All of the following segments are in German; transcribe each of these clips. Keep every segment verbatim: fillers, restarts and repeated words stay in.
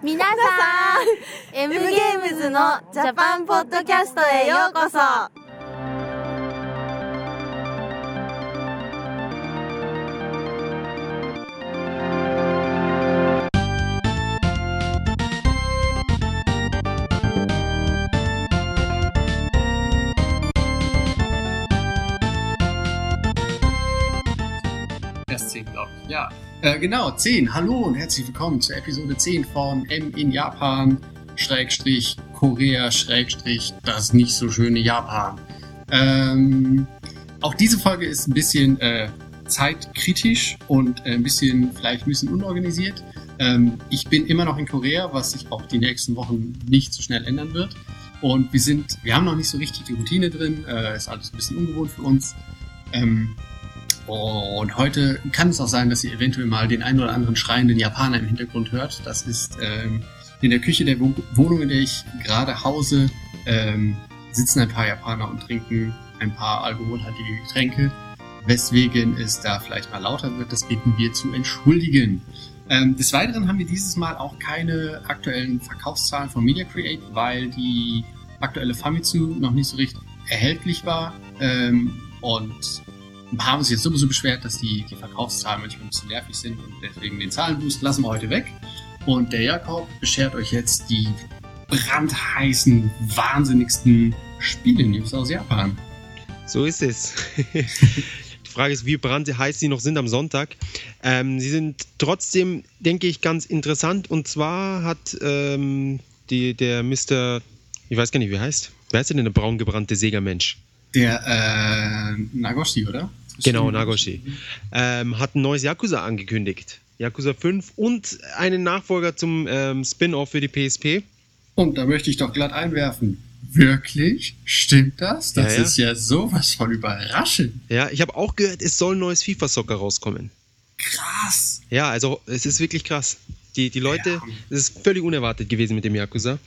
皆さん エム ゲームズのジャパンポッドキャストへようこそ。 zehn, glaube ich. Ja, äh, genau, zehn. Hallo und herzlich willkommen zur Episode zehn von M in Japan, Schrägstrich, Korea, Schrägstrich, das nicht so schöne Japan. Ähm, auch diese Folge ist ein bisschen äh, zeitkritisch und äh, ein bisschen, vielleicht ein bisschen unorganisiert. Ähm, ich bin immer noch in Korea, was sich auch die nächsten Wochen nicht so schnell ändern wird. Und wir sind, wir haben noch nicht so richtig die Routine drin, äh, ist alles ein bisschen ungewohnt für uns. Ähm, Und heute kann es auch sein, dass ihr eventuell mal den einen oder anderen schreienden Japaner im Hintergrund hört. Das ist ähm, in der Küche der Wohnung, in der ich gerade hause, ähm, sitzen ein paar Japaner und trinken ein paar alkoholhaltige Getränke. Weswegen es da vielleicht mal lauter wird, das bitten wir zu entschuldigen. Ähm, des Weiteren haben wir dieses Mal auch keine aktuellen Verkaufszahlen von Media Create, weil die aktuelle Famitsu noch nicht so richtig erhältlich war. Ähm, und ein paar haben sich jetzt sowieso beschwert, dass die, die Verkaufszahlen manchmal ein bisschen nervig sind und deswegen den Zahlenboost lassen wir heute weg. Und der Jakob beschert euch jetzt die brandheißen, wahnsinnigsten Spiele-News aus Japan. So ist es. Die Frage ist, wie brandheiß sie noch sind am Sonntag. Ähm, sie sind trotzdem, denke ich, ganz interessant. Und zwar hat ähm, die, der Mister, ich weiß gar nicht, wie er heißt. Wer heißt denn der braun gebrannte Sega-Mensch? Der äh, Nagoshi, oder? Genau, Nagoshi. Ähm, hat ein neues Yakuza angekündigt. Yakuza fünf und einen Nachfolger zum ähm, Spin-Off für die P S P. Und da möchte ich doch glatt einwerfen. Wirklich? Stimmt das? Das ja, ja. ist ja sowas von überraschend. Ja, ich habe auch gehört, es soll ein neues FIFA-Soccer rauskommen. Krass. Ja, also es ist wirklich krass. Die, die Leute, ja. Es ist völlig unerwartet gewesen mit dem Yakuza.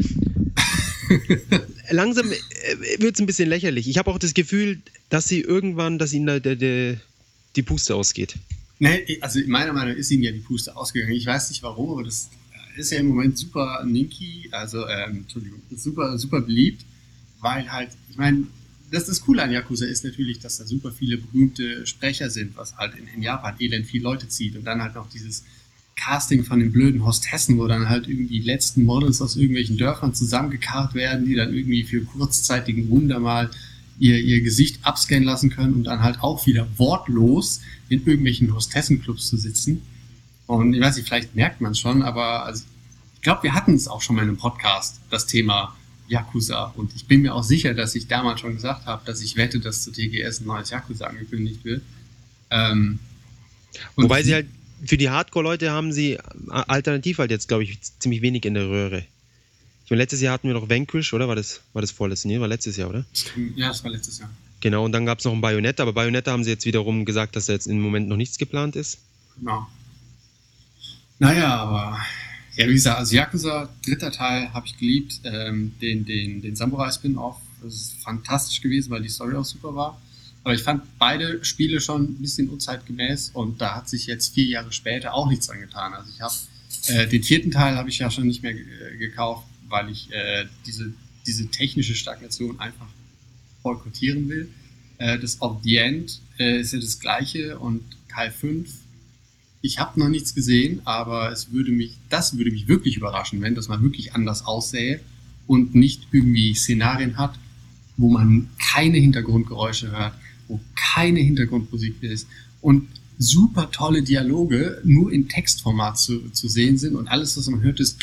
Langsam wird es ein bisschen lächerlich. Ich habe auch das Gefühl, dass sie irgendwann, dass ihnen da der, der, die Puste ausgeht. Nee, also meiner Meinung nach ist ihnen ja die Puste ausgegangen. Ich weiß nicht warum, aber das ist ja im Moment super ninky, also ähm, Entschuldigung, super, super beliebt, weil halt, ich meine, das, das Coole an Yakuza ist natürlich, dass da super viele berühmte Sprecher sind, was halt in, in Japan elend viele Leute zieht und dann halt noch dieses Casting von den blöden Hostessen, wo dann halt irgendwie die letzten Models aus irgendwelchen Dörfern zusammengekarrt werden, die dann irgendwie für kurzzeitigen Wunder mal ihr, ihr Gesicht abscannen lassen können und dann halt auch wieder wortlos in irgendwelchen Hostessenclubs zu sitzen. Und ich weiß nicht, vielleicht merkt man es schon, aber also, ich glaube, wir hatten es auch schon mal in einem Podcast, das Thema Yakuza. Und ich bin mir auch sicher, dass ich damals schon gesagt habe, dass ich wette, dass zu T G S ein neues Yakuza angekündigt wird. Ähm, Wobei sie halt für die Hardcore-Leute haben sie alternativ halt jetzt, glaube ich, ziemlich wenig in der Röhre. Ich meine, letztes Jahr hatten wir noch Vanquish, oder? War das, war das vorletztes Jahr? Nee, war letztes Jahr, oder? Ja, das war letztes Jahr. Genau, und dann gab es noch ein Bayonetta, aber Bayonetta haben sie jetzt wiederum gesagt, dass da jetzt im Moment noch nichts geplant ist. Genau. Naja, aber ja, wie gesagt, also Yakuza, dritter Teil, habe ich geliebt. Ähm, den, den, den Samurai-Spin-Off, das ist fantastisch gewesen, weil die Story auch super war. Aber ich fand beide Spiele schon ein bisschen unzeitgemäß und da hat sich jetzt vier Jahre später auch nichts angetan. Also ich habe äh, den vierten Teil habe ich ja schon nicht mehr g- gekauft, weil ich äh, diese, diese technische Stagnation einfach boykottieren will. Äh, das Of the End äh, ist ja das gleiche und Teil fünf, ich habe noch nichts gesehen, aber es würde mich, das würde mich wirklich überraschen, wenn das mal wirklich anders aussähe und nicht irgendwie Szenarien hat, wo man keine Hintergrundgeräusche hört, wo keine Hintergrundmusik ist und super tolle Dialoge nur in Textformat zu, zu sehen sind und alles, was man hört, ist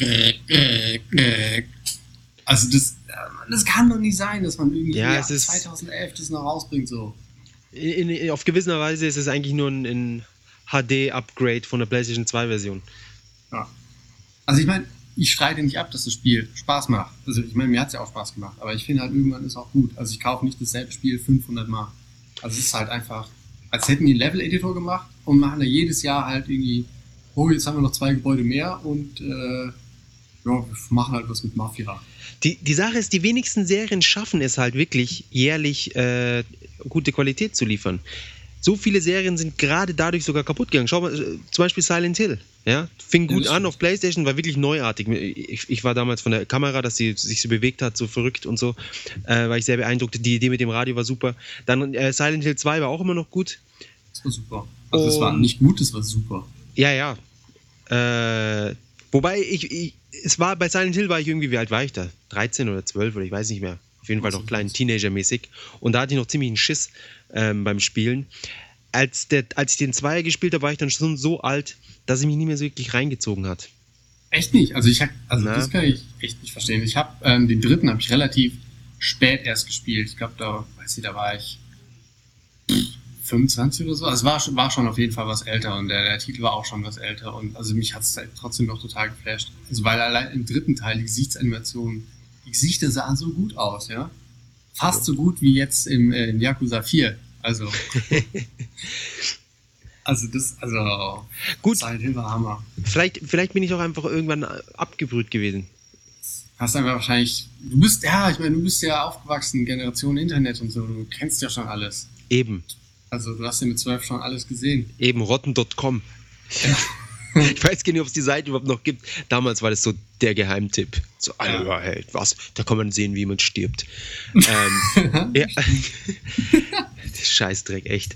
also das, das kann doch nicht sein, dass man irgendwie ja, ja, es ist zweitausendelf das noch rausbringt so. In, in, auf gewisser Weise ist es eigentlich nur ein, ein H D-Upgrade von der PlayStation zwei Version. Ja. Also ich meine, ich streite nicht ab, dass das Spiel Spaß macht. Also ich meine, mir hat es ja auch Spaß gemacht, aber ich finde halt, irgendwann ist auch gut. Also ich kaufe nicht dasselbe Spiel fünfhundert Mal. Also es ist halt einfach, als hätten die einen Level-Editor gemacht und machen da jedes Jahr halt irgendwie, oh, jetzt haben wir noch zwei Gebäude mehr und äh, ja, wir machen halt was mit Mafia. Die, die Sache ist, die wenigsten Serien schaffen es halt wirklich, jährlich äh, gute Qualität zu liefern. So viele Serien sind gerade dadurch sogar kaputt gegangen. Schau mal, zum Beispiel Silent Hill. Ja, fing gut Ja, an auf PlayStation, war wirklich neuartig. Ich, ich war damals von der Kamera, dass sie sich so bewegt hat, so verrückt und so, äh, war ich sehr beeindruckt. Die Idee mit dem Radio war super. Dann äh, Silent Hill zwei war auch immer noch gut. Das war super. Also das war Und- nicht gut, das war super. Ja, ja. Äh, wobei ich, ich, es war bei Silent Hill war ich irgendwie, wie alt war ich da? dreizehn oder zwölf oder ich weiß nicht mehr. Auf jeden Fall noch klein, Teenager-mäßig. Und da hatte ich noch ziemlich einen Schiss ähm, beim Spielen. Als, der, als ich den Zweier gespielt habe, war ich dann schon so alt, dass es mich nicht mehr so wirklich reingezogen hat. Echt nicht. Also ich hab, also Na? das kann ich echt nicht verstehen. Ich habe ähm, den dritten habe ich relativ spät erst gespielt. Ich glaube, da, weiß ich, da war ich fünfundzwanzig oder so. Also es war, schon- war schon auf jeden Fall was älter und der, der Titel war auch schon was älter und also mich hat es trotzdem noch total geflasht. Also weil allein im dritten Teil die Gesichtsanimation, die Gesichter sahen so gut aus, ja. Fast so gut wie jetzt im, äh, in Yakuza vier. Also also das, also Gut. Silent Hill war Hammer. Vielleicht, vielleicht bin ich auch einfach irgendwann abgebrüht gewesen. Hast einfach wahrscheinlich, du bist, ja, ich meine, du bist ja aufgewachsen, Generation Internet und so, du kennst ja schon alles. Eben, Also du hast ja mit zwölf schon alles gesehen. eben, rotten Punkt com. Ich weiß gar nicht, ob es die Seite überhaupt noch gibt. Damals war das so der Geheimtipp. So, Ja. Alter, hey, was? Da kann man sehen, wie man stirbt. ähm, ja. Scheißdreck, echt.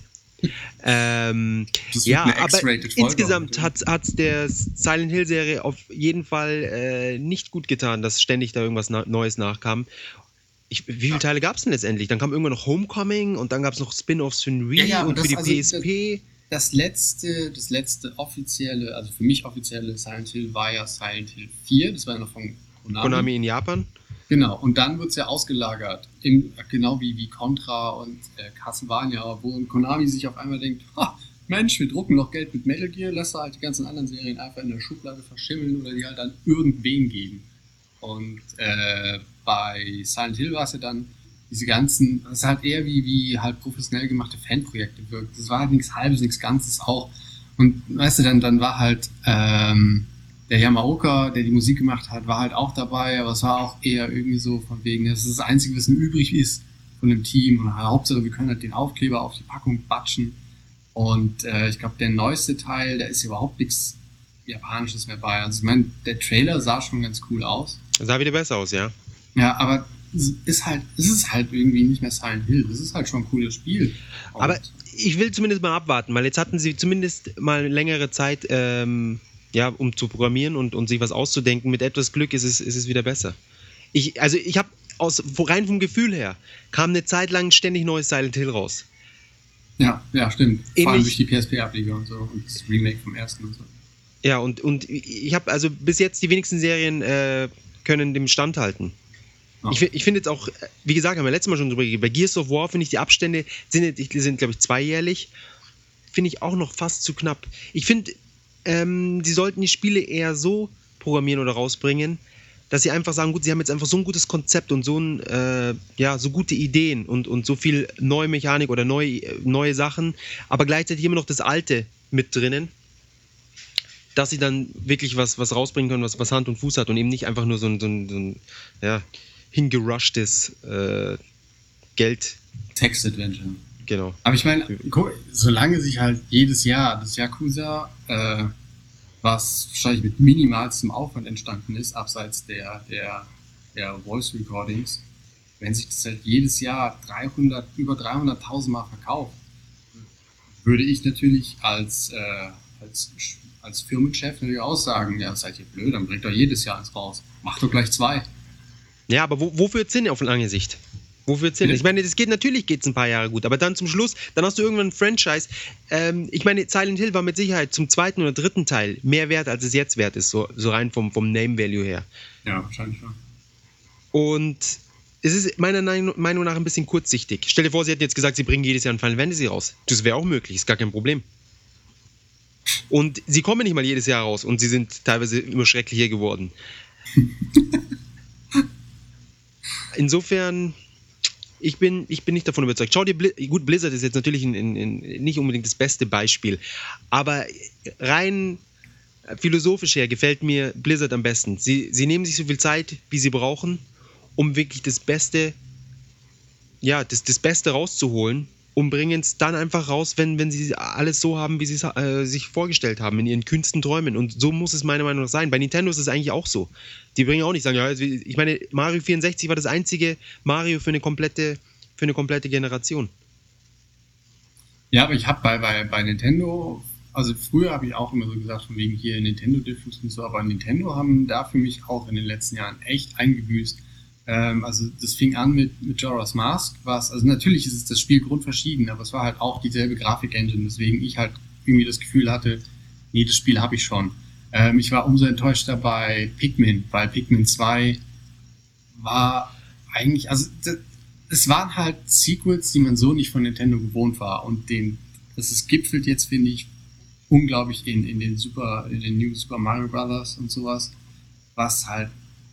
Ähm, Das wird ja, eine aber X-rated Folge. insgesamt hat es der Silent Hill Serie auf jeden Fall äh, nicht gut getan, dass ständig da irgendwas na- Neues nachkam. Ich, wie viele Teile gab es denn letztendlich? Dann kam irgendwann noch Homecoming und dann gab es noch Spin-offs für den Wii Ja, ja, und das- für die also P S P. Das letzte, das letzte offizielle, also für mich offizielle Silent Hill war ja Silent Hill vier, das war ja noch von Konami. Konami in Japan. Genau, und dann wird es ja ausgelagert, im, genau wie, wie Contra und äh, Castlevania, wo Konami sich auf einmal denkt, ha, Mensch, wir drucken noch Geld mit Metal Gear, lass halt die ganzen anderen Serien einfach in der Schublade verschimmeln oder die halt an irgendwen geben. Und äh, bei Silent Hill war es ja dann diese ganzen, das ist halt eher wie, wie halt professionell gemachte Fanprojekte wirkt. Das war halt nichts Halbes, nichts Ganzes auch. Und weißt du, dann, dann war halt ähm, der Yamaoka, der die Musik gemacht hat, war halt auch dabei, aber es war auch eher irgendwie so von wegen, das ist das Einzige, was ihm übrig ist von dem Team. Und Hauptsache, wir können halt den Aufkleber auf die Packung batschen. Und äh, ich glaube, der neueste Teil, da ist überhaupt nichts Japanisches mehr bei. Also ich meine, der Trailer sah schon ganz cool aus. Sah wieder besser aus, ja. Ja, aber es ist halt, es ist halt irgendwie nicht mehr Silent Hill. Das ist halt schon ein cooles Spiel. Und Aber ich will zumindest mal abwarten, weil jetzt hatten sie zumindest mal längere Zeit, ähm, ja, um zu programmieren und, und sich was auszudenken. Mit etwas Glück ist es, ist es wieder besser. Ich, also ich habe aus rein vom Gefühl her kam eine Zeit lang ständig neues Silent Hill raus. ja, ja, stimmt. Vor allem Ähnlich- durch die P S P-Ableger und so und das Remake vom ersten und so. Ja, und, und ich habe also bis jetzt die wenigsten Serien äh, können dem standhalten. Ja. Ich, fi- ich finde jetzt auch, äh, wie gesagt, haben wir letztes Mal schon drüber geredet, bei Gears of War finde ich die Abstände sind, die sind glaube ich, zweijährlich. Finde ich auch noch fast zu knapp. Ich finde, ähm, sie sollten die Spiele eher so programmieren oder rausbringen, dass sie einfach sagen, gut, sie haben jetzt einfach so ein gutes Konzept und so, ein, äh, ja, so gute Ideen und, und so viel neue Mechanik oder neue, neue Sachen, aber gleichzeitig immer noch das Alte mit drinnen, dass sie dann wirklich was, was rausbringen können, was, was Hand und Fuß hat und eben nicht einfach nur so ein, so ein, so ein ja, hingerushtes äh, Geld. Text-Adventure. Genau. Aber ich meine, guck, solange sich halt jedes Jahr das Yakuza, äh, was wahrscheinlich mit minimalstem Aufwand entstanden ist, abseits der, der, der Voice Recordings, wenn sich das halt jedes Jahr dreihundert, über dreihunderttausend Mal verkauft, würde ich natürlich als, äh, als, als Firmenchef natürlich auch sagen, ja, seid ihr blöd, dann bringt doch jedes Jahr eins raus. Macht doch gleich zwei. Ja, aber wo, wofür Sinn auf lange Sicht? Wofür Sinn? Ja. Ich meine, das geht natürlich geht's ein paar Jahre gut, aber dann zum Schluss, dann hast du irgendwann ein Franchise. Ähm, ich meine, Silent Hill war mit Sicherheit zum zweiten oder dritten Teil mehr wert, als es jetzt wert ist, so, so rein vom, vom Name Value her. Ja, wahrscheinlich schon. Und es ist meiner Nein- Meinung nach ein bisschen kurzsichtig. Stell dir vor, sie hätten jetzt gesagt, sie bringen jedes Jahr ein Final Fantasy raus. Das wäre auch möglich, ist gar kein Problem. Und sie kommen nicht mal jedes Jahr raus und sie sind teilweise immer schrecklicher geworden. Insofern, ich bin, ich bin nicht davon überzeugt. Schau dir, Bli- gut, Blizzard ist jetzt natürlich ein, ein, ein, nicht unbedingt das beste Beispiel, aber rein philosophisch her gefällt mir Blizzard am besten. Sie, sie nehmen sich so viel Zeit, wie sie brauchen, um wirklich das Beste, ja, das, das Beste rauszuholen und bringen es dann einfach raus, wenn, wenn sie alles so haben, wie sie es äh, sich vorgestellt haben, in ihren kühnsten Träumen. Und so muss es meiner Meinung nach sein. Bei Nintendo ist es eigentlich auch so. Die bringen auch nicht, sagen, ja, also ich meine, Mario vierundsechzig war das einzige Mario für eine komplette, für eine komplette Generation. Ja, aber ich habe bei, bei, bei Nintendo, also früher habe ich auch immer so gesagt, von wegen hier Nintendo-Diffus und so, aber Nintendo haben da für mich auch in den letzten Jahren echt eingebüßt. Ähm, also das fing an mit, mit Majora's Mask, was, also natürlich ist es das Spiel grundverschieden, aber es war halt auch dieselbe Grafik-Engine, weswegen ich halt irgendwie das Gefühl hatte, nee, das Spiel habe ich schon. Ähm, ich war umso enttäuschter bei Pikmin, weil Pikmin zwei war eigentlich, also das, es waren halt Sequels, die man so nicht von Nintendo gewohnt war, und den, das ist gipfelt jetzt, finde ich, unglaublich in, in den Super, in den New Super Mario Brothers und sowas, was halt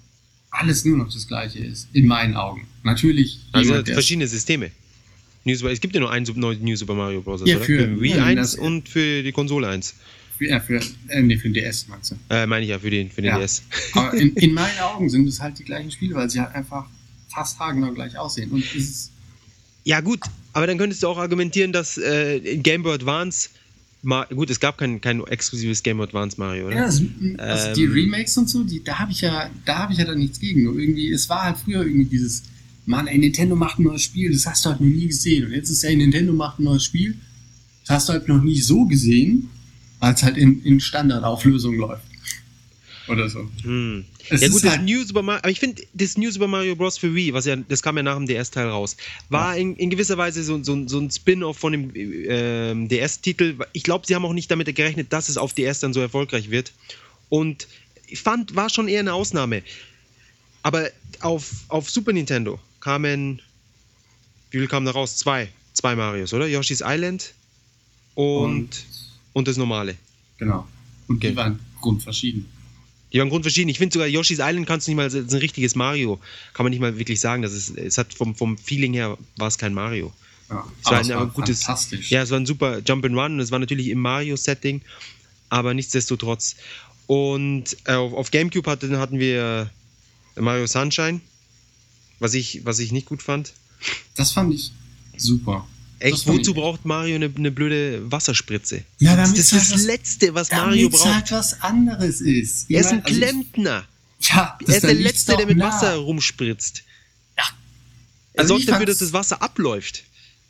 alles nur noch das Gleiche ist, in meinen Augen. Natürlich. Also jemand, verschiedene Systeme. New Super, es gibt ja nur ein New Super Mario Bros. Ja, Oder? für, für Wii ja, eins das, und für die Konsole eins. Für, ja, für, äh, nee, für den D S, meinst du? Äh, meine ich ja, für den, für den ja. D S. Aber in, in meinen Augen sind es halt die gleichen Spiele, weil sie halt einfach fast haargenau gleich aussehen. Und es ist ja gut, aber dann könntest du auch argumentieren, dass äh, in Game Boy Advance, Ma- gut, es gab kein, kein exklusives Game Boy Advance Mario, oder? Ja, also, also Ähm, die Remakes und so, die, da habe ich ja, da habe ich ja dann nichts gegen. Nur irgendwie, es war halt früher irgendwie dieses, Mann, ey, Nintendo macht ein neues Spiel, das hast du halt noch nie gesehen. Und jetzt ist ja, Nintendo macht ein neues Spiel, das hast du halt noch nie so gesehen, weil es halt in, in Standardauflösung läuft. Oder so. Hm. Es Ja gut, ist das halt- New Super Mario, aber ich finde, das New Super Mario Bros. Für Wii, was ja, das kam ja nach dem D S-Teil raus, war Ja. in, in gewisser Weise so, so, so ein Spin-off von dem ähm, D S-Titel. Ich glaube, sie haben auch nicht damit gerechnet, dass es auf D S dann so erfolgreich wird. Und ich fand, war schon eher eine Ausnahme. Aber auf, auf Super Nintendo kamen, wie viel kamen da raus? Zwei. Zwei Marios, oder? Yoshi's Island und, und, Und- das normale. Genau. Und Okay. die waren grundverschieden. Die waren grundverschieden. Ich finde sogar Yoshi's Island kannst du nicht mal, das ist ein richtiges Mario. Kann man nicht mal wirklich sagen. Das ist, es hat vom, vom Feeling her war es kein Mario. Ja. Es war Aber ein es aber war gutes, fantastisch. ja, es war ein super Jump and Run und es war natürlich im Mario-Setting, aber nichtsdestotrotz. Und äh, auf, auf GameCube hatten, hatten wir Mario Sunshine, was ich, was ich nicht gut fand. Das fand ich super. Das Echt, fand wozu ich- braucht Mario eine, eine blöde Wasserspritze? Ja, das damit ist halt das was- Letzte, was Mario Damit braucht. halt was anderes ist. Er ist ein Also ich- Klempner. Ja, Er ist da der liegt's Letzte, doch der mit nah. Wasser rumspritzt. Ja. Er Also sorgt ich dafür, fand's- dass das Wasser abläuft.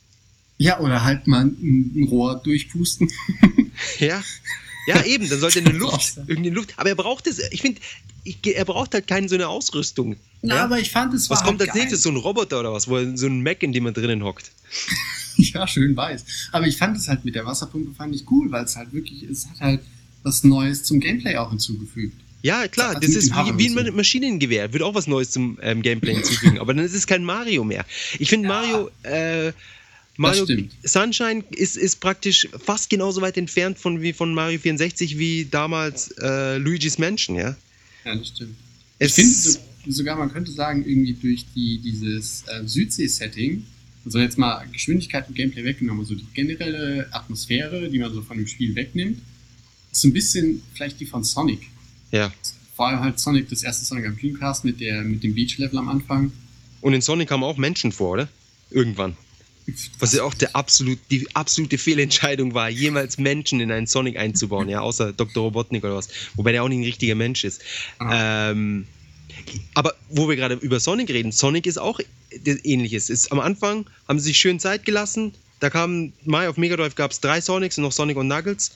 Ja, oder halt mal ein, ein Rohr durchpusten. Ja, ja eben, dann sollte eine Luft, Brauchst du. irgendwie Luft. Aber er braucht es, ich finde, ich, er braucht halt keine so eine Ausrüstung. Na, ja? aber ich fand, es war Was kommt halt als nächstes? So ein Roboter oder was? Wo er, so ein Mac, in dem er drinnen hockt. Ja, schön weiß. Aber ich fand es halt mit der Wasserpumpe fand ich cool, weil es halt wirklich, es hat halt was Neues zum Gameplay auch hinzugefügt. Ja, klar, Also das mit ist dem Hammer wie, wie und ein so. Maschinengewehr. Wird auch was Neues zum ähm, Gameplay hinzufügen. Aber dann ist es kein Mario mehr. Ich finde Ja. Mario, äh, Mario stimmt. Sunshine ist, ist praktisch fast genauso weit entfernt von, wie von Mario vierundsechzig wie damals äh, Luigi's Mansion, ja. Ja, das stimmt. Es Ich finde so, sogar, man könnte sagen, irgendwie durch die, dieses äh, Südsee-Setting, also jetzt mal Geschwindigkeit und Gameplay weggenommen, so die generelle Atmosphäre, die man so von dem Spiel wegnimmt, ist so ein bisschen vielleicht die von Sonic. ja. Vor allem halt Sonic, das erste Sonic am Dreamcast mit, der, mit dem Beach-Level am Anfang. Und in Sonic kamen auch Menschen vor, oder? Irgendwann. Was ja auch der absolut, die absolute Fehlentscheidung war, jemals Menschen in einen Sonic einzubauen, ja, außer Doktor Robotnik oder was. Wobei der auch nicht ein richtiger Mensch ist. Ah. Ähm, aber wo wir gerade über Sonic reden, Sonic ist auch ähnliches. Ist, am Anfang haben sie sich schön Zeit gelassen. Da kam, Mai auf Mega Drive gab es drei Sonics und noch Sonic und Knuckles.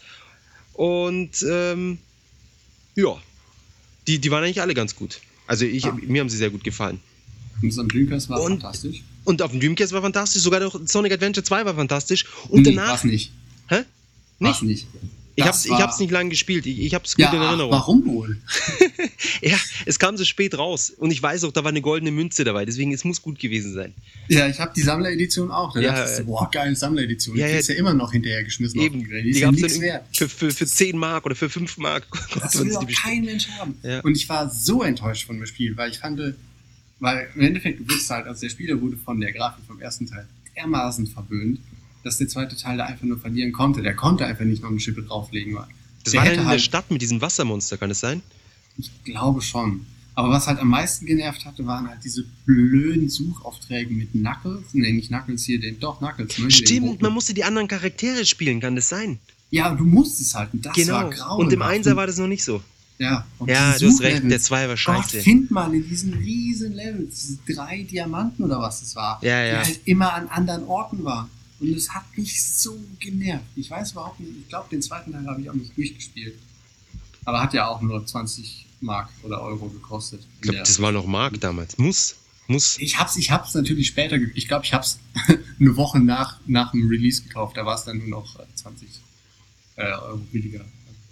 Und ähm, ja, die, die waren eigentlich alle ganz gut. Also ich, Ah. mir haben sie sehr gut gefallen. Und das am Dreamcast war Und- fantastisch. Und auf dem Dreamcast war fantastisch, sogar noch Sonic Adventure zwei war fantastisch. Und Nee, danach. war's nicht. Hä? War's Nicht? nicht. Ich Das hab's, ich war- hab's nicht lange gespielt. Ich, ich hab's gut Ja, in Erinnerung. warum wohl? Ja, es kam so spät raus. Und ich weiß auch, da war eine goldene Münze dabei. Deswegen, es muss gut gewesen sein. Ja, ich habe die Sammleredition auch. Da Ja, dachte ich so, äh, boah, geile Sammleredition. ja, Die ja. ist ja immer noch hinterhergeschmissen. auf Eben, die Welt. die, Die ist ja gab's dann nichts irgendwie wert. für, für, für zehn Mark oder für fünf Mark. Das konnte will man sich doch die bestellen. kein Mensch haben. Ja. Und ich war so enttäuscht von dem Spiel, weil ich fand, weil im Endeffekt, du wusstest halt, also der Spieler wurde von der Grafik vom ersten Teil dermaßen verwöhnt, dass der zweite Teil da einfach nur verlieren konnte. Der konnte einfach nicht noch eine Schippe drauflegen. Das der war dann hätte in der halt, Stadt mit diesem Wassermonster, kann es sein? ich glaube schon. Aber was halt am meisten genervt hatte, waren halt diese blöden Suchaufträge mit Knuckles. Nee, nicht Knuckles hier, den, doch Knuckles. Ne, Stimmt, man musste die anderen Charaktere spielen, kann das sein? Ja, du musstest halt. Und das genau. war grauenhaft. Und im Einser war das noch nicht so. Ja, und ja du hast recht, der zwei war scheiße. Gott, find mal in diesen riesen Levels, diese drei Diamanten oder was das war, ja, ja. die halt immer an anderen Orten waren. Und es hat mich so genervt. Ich weiß überhaupt nicht, ich glaube, den zweiten Teil habe ich auch nicht durchgespielt. Aber hat ja auch nur zwanzig Mark oder Euro gekostet. Ich glaube, das war noch Mark damals. Muss, muss. Ich hab's, ich hab's natürlich später, ge- ich glaube, ich hab's eine Woche nach, nach dem Release gekauft. Da war es dann nur noch zwanzig äh, Euro billiger.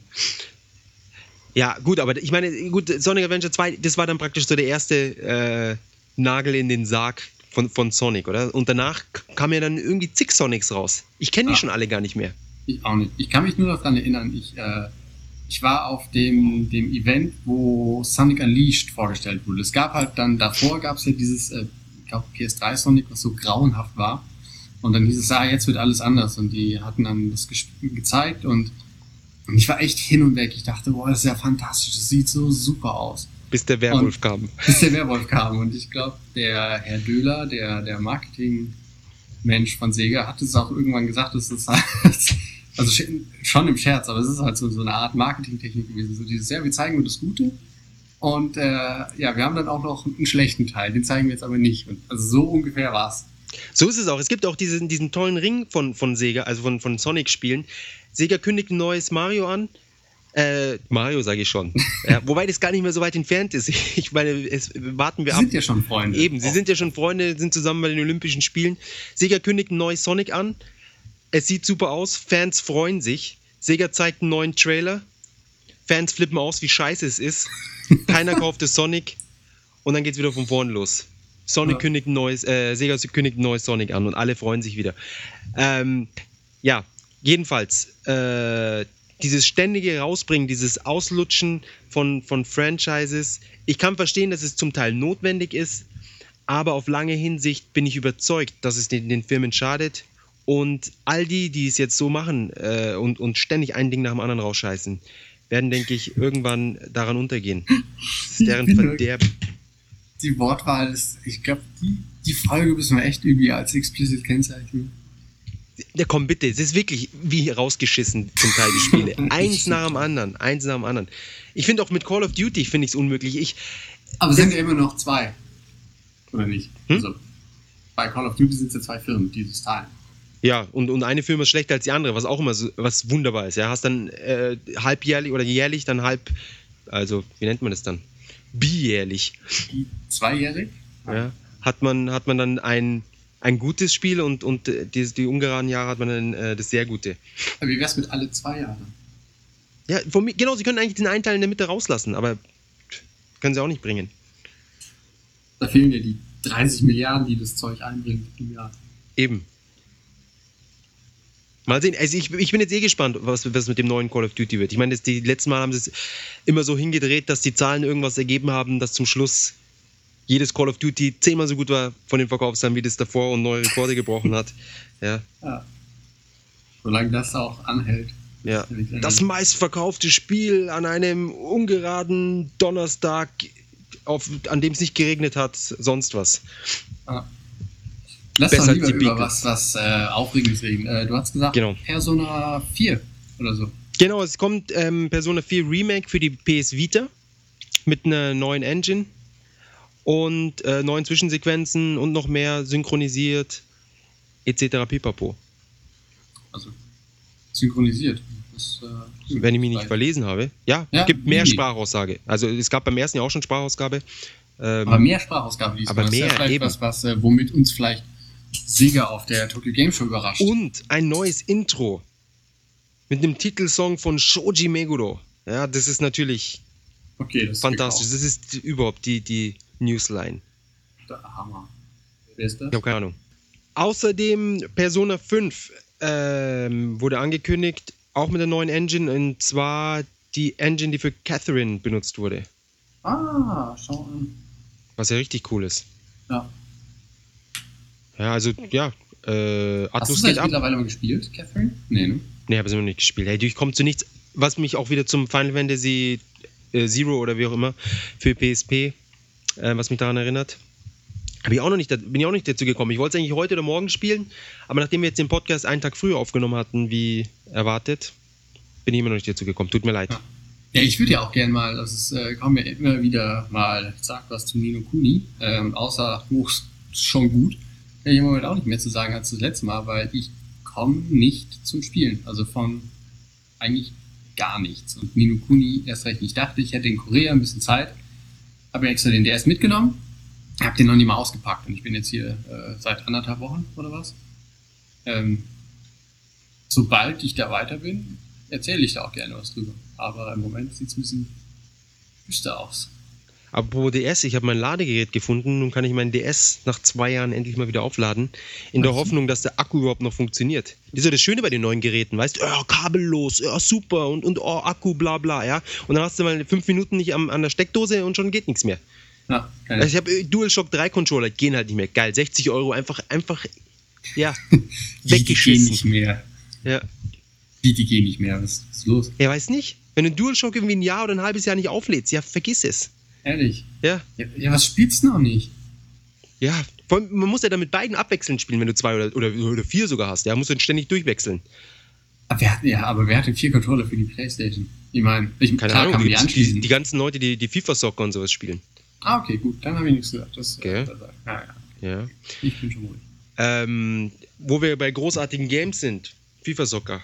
Ja, gut, aber ich meine, gut, Sonic Adventure zwei, das war dann praktisch so der erste äh, Nagel in den Sarg von, von Sonic, oder? Und danach kamen ja dann irgendwie zig Sonics raus. Ich kenne die ah. schon alle gar nicht mehr. Ich auch nicht. Ich kann mich nur daran erinnern, ich, äh, ich war auf dem, dem Event, wo Sonic Unleashed vorgestellt wurde. Es gab halt dann, davor gab es ja dieses, äh, ich glaube, P S drei Sonic, was so grauenhaft war. Und dann hieß es, ah, jetzt wird alles anders. Und die hatten dann das ge- gezeigt und Und ich war echt hin und weg. Ich dachte, boah, das ist ja fantastisch. Das sieht so super aus. Bis der Werwolf und, kam. Bis der Werwolf kam. Und ich glaube, der Herr Döhler, der, der Marketingmensch von Sega, hat es auch irgendwann gesagt, dass es halt, also schon im Scherz, aber es ist halt so, so eine Art Marketingtechnik gewesen. So dieses, ja, wir zeigen nur das Gute. Und äh, ja, wir haben dann auch noch einen schlechten Teil. Den zeigen wir jetzt aber nicht. Und also so ungefähr war's. So ist es auch. Es gibt auch diesen, diesen tollen Ring von, von Sega, also von, von Sonic-Spielen. Sega kündigt ein neues Mario an. Äh, Mario sage ich schon. Ja, wobei das gar nicht mehr so weit entfernt ist. Ich meine, es warten wir ab. Sie sind ja schon Freunde. Eben, sie sind ja schon Freunde, sind zusammen bei den Olympischen Spielen. Sega kündigt ein neues Sonic an. Es sieht super aus. Fans freuen sich. Sega zeigt einen neuen Trailer. Fans flippen aus, wie scheiße es ist. Keiner kauft das Sonic. Und dann geht's wieder von vorn los. Sonic ja. kündigt ein neues, äh, Sega kündigt ein neues Sonic an und alle freuen sich wieder. Ähm, ja, jedenfalls, äh, dieses ständige Rausbringen, dieses Auslutschen von, von Franchises, ich kann verstehen, dass es zum Teil notwendig ist, aber auf lange Hinsicht bin ich überzeugt, dass es den, den Firmen schadet und all die, die es jetzt so machen äh, und, und ständig ein Ding nach dem anderen rausscheißen, werden, denke ich, irgendwann daran untergehen. Das ist deren Verderben. Die Wortwahl ist, ich glaube, die, die Folge müssen wir echt irgendwie als explicit kennzeichnen. Ja, komm bitte, es ist wirklich wie rausgeschissen zum Teil die Spiele. Eins nach dem anderen, eins nach dem anderen. Ich finde auch mit Call of Duty finde ich es unmöglich. Ich, Aber es sind ja immer noch zwei. Oder nicht? Hm? Also, bei Call of Duty sind es ja zwei Firmen, die das teilen. Ja, und, und eine Firma ist schlechter als die andere, was auch immer so, was wunderbar ist. Ja, hast dann äh, halbjährlich oder jährlich, dann halb, also wie nennt man das dann? Bijährlich. Zweijährig? Ja, hat man, hat man dann ein, ein gutes Spiel und, und die, die ungeraden Jahre hat man dann äh, das sehr gute. Aber wie wär's mit alle zwei Jahre? Ja, von mir, genau, sie können eigentlich den einen Teil in der Mitte rauslassen, aber können sie auch nicht bringen. Da fehlen ja die dreißig Milliarden, die das Zeug einbringt im Jahr. Eben. Mal sehen, also ich, ich bin jetzt eh gespannt, was, was mit dem neuen Call of Duty wird. Ich meine, das, die letzten Mal haben sie es immer so hingedreht, dass die Zahlen irgendwas ergeben haben, dass zum Schluss jedes Call of Duty zehnmal so gut war von den Verkaufszahlen wie das davor und neue Rekorde gebrochen hat. Ja. Ja. Solange das auch anhält. Ja. Das meistverkaufte Spiel an einem ungeraden Donnerstag, auf, an dem es nicht geregnet hat, sonst was. Ja. Lass doch lieber über was, was äh, Aufregendes reden. Äh, du hast gesagt, genau. Persona vier oder so. Genau, es kommt ähm, Persona vier Remake für die P S Vita mit einer neuen Engine und äh, neuen Zwischensequenzen und noch mehr synchronisiert et cetera pipapo. Also synchronisiert? Das, äh, Wenn ich mich nicht verlesen habe. Ja, es ja, gibt mehr wie? Sprachaussage. Also es gab beim ersten Jahr auch schon Sprachausgabe. Ähm, aber mehr Sprachausgabe diesmal. Aber mehr, das ist ja vielleicht eben. was, was äh, womit uns vielleicht Sega auf der Tokyo Game Show überrascht. Und ein neues Intro mit einem Titelsong von Shoji Meguro. Ja, das ist natürlich okay, das fantastisch. Das ist überhaupt die, die Newsline. Der Hammer. Wer ist das? Ich habe keine Ahnung. Außerdem Persona fünf ähm, wurde angekündigt, auch mit der neuen Engine, und zwar die Engine, die für Catherine benutzt wurde. Ah, schau an. Was ja richtig cool ist. Ja. Ja, also, ja. Äh, Hast du das mittlerweile mal gespielt, Catherine? Nee, ne? Nee, habe ich noch nicht gespielt. Hey, ich komme zu nichts, was mich auch wieder zum Final Fantasy äh, Zero oder wie auch immer für P S P, äh, was mich daran erinnert. Hab ich auch noch nicht, bin ich auch nicht dazu gekommen. Ich wollte es eigentlich heute oder morgen spielen, aber nachdem wir jetzt den Podcast einen Tag früher aufgenommen hatten, wie erwartet, bin ich immer noch nicht dazu gekommen. Tut mir leid. Ja, ja ich würde ja auch gerne mal, das ist, äh, kommen ja immer wieder mal, sagt was zu Ni no Kuni, ähm, außer hoch schon gut. Ja, ich habe heute auch nicht mehr zu sagen als das letzte Mal, weil ich komme nicht zum Spielen. Also von eigentlich gar nichts. Und Ni no Kuni erst recht nicht. Ich dachte, ich hätte in Korea ein bisschen Zeit, habe mir extra den D S mitgenommen. Hab den noch nie mal ausgepackt und ich bin jetzt hier äh, seit anderthalb Wochen oder was. Ähm, sobald ich da weiter bin, erzähle ich da auch gerne was drüber. Aber im Moment sieht es ein bisschen düster aus. Apropos D S, ich habe mein Ladegerät gefunden. Nun kann ich meinen D S nach zwei Jahren endlich mal wieder aufladen. In der Hoffnung, dass der Akku überhaupt noch funktioniert. Das ist ja das Schöne bei den neuen Geräten, weißt du? Oh, kabellos, oh, super und, und oh, Akku, bla bla, ja. Und dann hast du mal fünf Minuten nicht am, an der Steckdose und schon geht nichts mehr. Ja, also ich habe DualShock drei Controller, gehen halt nicht mehr. Geil, sechzig Euro einfach, einfach, ja, weggeschissen. Die gehen nicht mehr. Ja. Die, die gehen nicht mehr. Was ist los? Ja, weiß nicht. Wenn du DualShock irgendwie ein Jahr oder ein halbes Jahr nicht auflädst, ja, vergiss es. Ehrlich? Ja. Ja, ja was spielst du noch nicht? Ja, vor allem, man muss ja dann mit beiden abwechselnd spielen, wenn du zwei oder, oder, oder vier sogar hast. Ja, musst du dann ständig durchwechseln. Aber wer hat, ja, aber wer hat denn vier Controller für die Playstation? Ich meine, ich Keine klar, Ahnung, kann man die, die, anschließen. die, die ganzen Leute, die, die FIFA-Soccer und sowas spielen. Ah, okay, gut, dann habe ich nichts gesagt. Das, Okay. äh, das, ja, ja. Ja. Ich bin schon ruhig. Ähm, wo wir bei großartigen Games sind, FIFA-Soccer.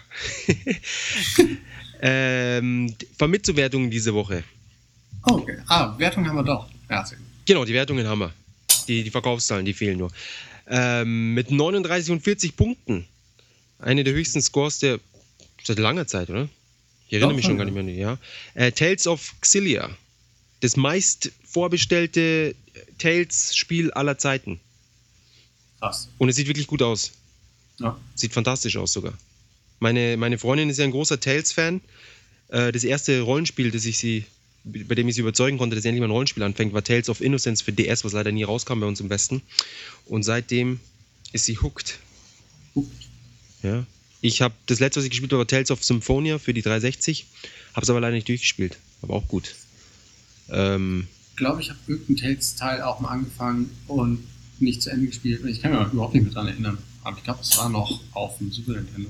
ähm, Vermitzuwertungen diese Woche. Oh, okay. Ah, Wertung haben wir doch. Ja, sehr gut. Genau, die Wertungen haben wir. Die, die Verkaufszahlen, die fehlen nur. Ähm, mit neununddreißig und vierzig Punkten. Eine der höchsten Scores der seit langer Zeit, oder? Ich erinnere Doch, mich schon ja. gar nicht mehr. Ja. Äh, Tales of Xillia. Das meist vorbestellte Tales-Spiel aller Zeiten. Krass. Und es sieht wirklich gut aus. Ja. Sieht fantastisch aus sogar. Meine, meine Freundin ist ja ein großer Tales-Fan. Äh, das erste Rollenspiel, das ich sie, bei dem ich sie überzeugen konnte, dass sie endlich mal ein Rollenspiel anfängt, war Tales of Innocence für D S, was leider nie rauskam bei uns im Westen. Und seitdem ist sie hooked. Gut. Ja. Ich habe das letzte, was ich gespielt habe, war Tales of Symphonia für die dreihundertsechzig. Habe es aber leider nicht durchgespielt. Aber auch gut. Ähm, Ich glaube, ich habe irgendeinen Tales-Teil auch mal angefangen und nicht zu Ende gespielt. Ich kann mich aber überhaupt nicht mehr dran erinnern. Aber ich glaube, es war noch auf dem Super Nintendo.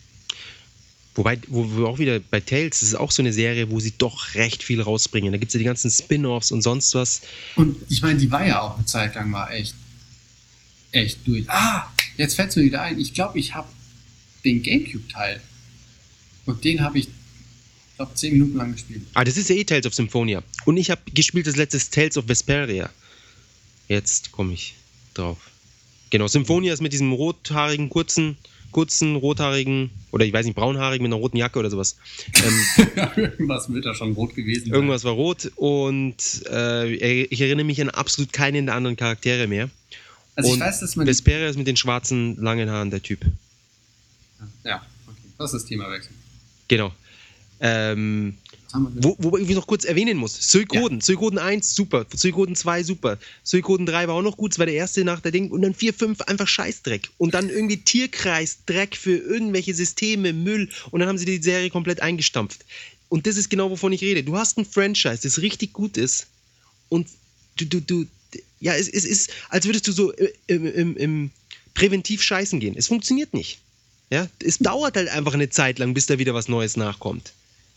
Wobei, wo wir auch wieder bei Tales, das ist auch so eine Serie, wo sie doch recht viel rausbringen. Da gibt es ja die ganzen Spin-Offs und sonst was. Und ich meine, die war ja auch eine Zeit lang mal echt, echt durch. Ah, jetzt fällt es mir wieder ein. Ich glaube, ich habe den Gamecube-Teil. Und den habe ich, ich glaube, zehn Minuten lang gespielt. Ah, das ist ja eh Tales of Symphonia. Und ich habe gespielt das letzte Tales of Vesperia. Jetzt komme ich drauf. Genau, Symphonia ist mit diesem rothaarigen, kurzen, kurzen, rothaarigen, oder ich weiß nicht, braunhaarigen mit einer roten Jacke oder sowas. Ähm, Irgendwas wird da schon rot gewesen sein. irgendwas war rot und äh, ich erinnere mich an absolut keinen der anderen Charaktere mehr. Also und ich weiß, dass man... Vesperia ist mit den schwarzen, langen Haaren der Typ. Ja, okay. Das ist das Thema wechseln. Genau. Ähm, Was haben wir denn? wo, wobei ich noch kurz erwähnen muss, Suikoden. Ja. Suikoden eins, super. Suikoden zwei, super. Suikoden drei war auch noch gut, das war der erste nach der Ding. Und dann vier, fünf, einfach Scheißdreck. Und dann irgendwie Tierkreis, Dreck für irgendwelche Systeme, Müll. Und dann haben sie die Serie komplett eingestampft. Und das ist genau, wovon ich rede. Du hast ein Franchise, das richtig gut ist. Und du, du, du, ja, es, es ist, als würdest du so im, im, im präventiv scheißen gehen. Es funktioniert nicht. Ja, es dauert halt einfach eine Zeit lang, bis da wieder was Neues nachkommt.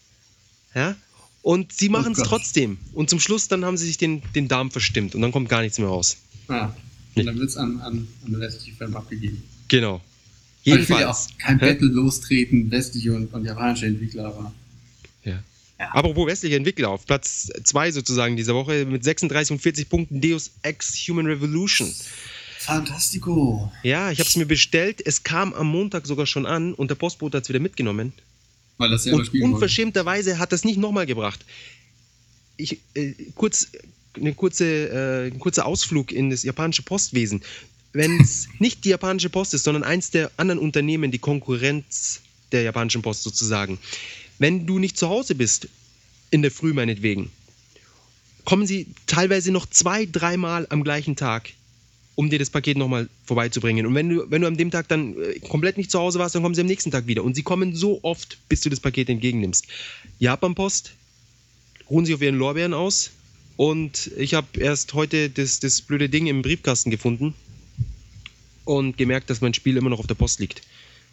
Ja, und sie machen es Oh trotzdem. Und zum Schluss dann haben sie sich den, den Darm verstimmt und dann kommt gar nichts mehr raus. Ja. Und dann wird es an, an, an westliche Firmen abgegeben. Genau. Weil ich will Jedenfalls. ja auch kein Hä? Battle lostreten, westliche und, und japanische Entwickler, aber... Ja. Ja. Apropos westliche Entwickler, auf Platz zwei sozusagen dieser Woche mit sechsunddreißig und vierzig Punkten Deus Ex Human Revolution. Fantastico. Ja, ich habe es mir bestellt. Es kam am Montag sogar schon an und der Postbote hat es wieder mitgenommen. Weil das selber Und spielen wollte. unverschämterweise hat das nicht nochmal gebracht. Ich, äh, kurz, eine kurze, äh, ein kurzer Ausflug in das japanische Postwesen. Wenn es nicht die japanische Post ist, sondern eins der anderen Unternehmen, die Konkurrenz der japanischen Post sozusagen. Wenn du nicht zu Hause bist, in der Früh meinetwegen, kommen sie teilweise noch zwei, dreimal am gleichen Tag, um dir das Paket nochmal vorbeizubringen. Und wenn du, wenn du an dem Tag dann äh, komplett nicht zu Hause warst, dann kommen sie am nächsten Tag wieder. Und sie kommen so oft, bis du das Paket entgegennimmst. Japan Post ruhen sich auf ihren Lorbeeren aus. Und ich habe erst heute das, das blöde Ding im Briefkasten gefunden und gemerkt, dass mein Spiel immer noch auf der Post liegt.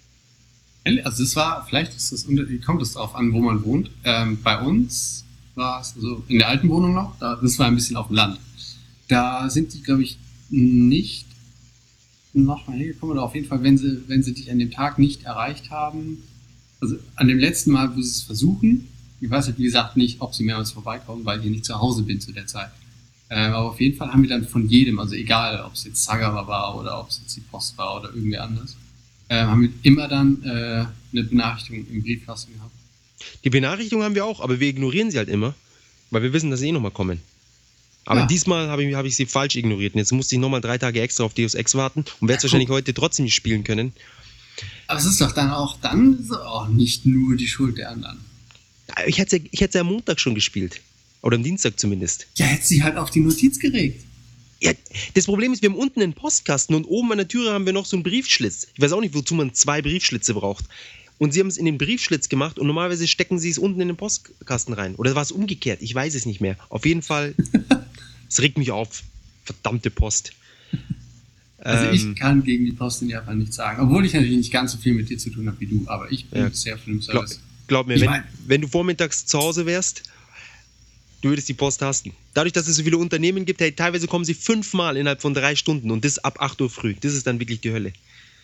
Also es war, vielleicht ist das, kommt es darauf an, wo man wohnt. Ähm, bei uns war es, also in der alten Wohnung noch, da, das war ein bisschen auf dem Land. Da sind die, glaube ich, nicht nochmal hingekommen, oder auf jeden Fall, wenn sie, wenn sie dich an dem Tag nicht erreicht haben, also an dem letzten Mal, wo sie es versuchen, ich weiß halt, wie gesagt, nicht, ob sie mehrmals vorbeikommen, weil ich nicht zu Hause bin zu der Zeit. Ähm, aber auf jeden Fall haben wir dann von jedem, also egal, ob es jetzt Zagawa war oder ob es jetzt die Post war oder irgendwer anders, äh, haben wir immer dann äh, eine Benachrichtigung im Briefkasten gehabt. Die Benachrichtigung haben wir auch, aber wir ignorieren sie halt immer, weil wir wissen, dass sie eh nochmal kommen. Aber Ja. diesmal habe ich, hab ich sie falsch ignoriert. Und jetzt musste ich nochmal drei Tage extra auf Deus Ex warten und werde es wahrscheinlich heute trotzdem nicht spielen können. Aber es ist doch dann auch, dann ist auch nicht nur die Schuld der anderen. Ich hätte es ja, ich hätte ja am Montag schon gespielt. Oder am Dienstag zumindest. Ja, hätte sie halt auf die Notiz geregt. Ja, das Problem ist, wir haben unten einen Postkasten und oben an der Türe haben wir noch so einen Briefschlitz. Ich weiß auch nicht, wozu man zwei Briefschlitze braucht. Und sie haben es in den Briefschlitz gemacht und normalerweise stecken sie es unten in den Postkasten rein. Oder war es umgekehrt? Ich weiß es nicht mehr. Auf jeden Fall, es regt mich auf. Verdammte Post. Also Ähm, ich kann gegen die Post in Japan nichts sagen. Obwohl ich natürlich nicht ganz so viel mit dir zu tun habe wie du. Aber ich bin Ja. bisher für den glaub, Service. glaub mir, Ich wenn, mein- wenn du vormittags zu Hause wärst, du würdest die Post hassen. Dadurch, dass es so viele Unternehmen gibt, hey, teilweise kommen sie fünfmal innerhalb von drei Stunden und das ab acht Uhr früh. Das ist dann wirklich die Hölle.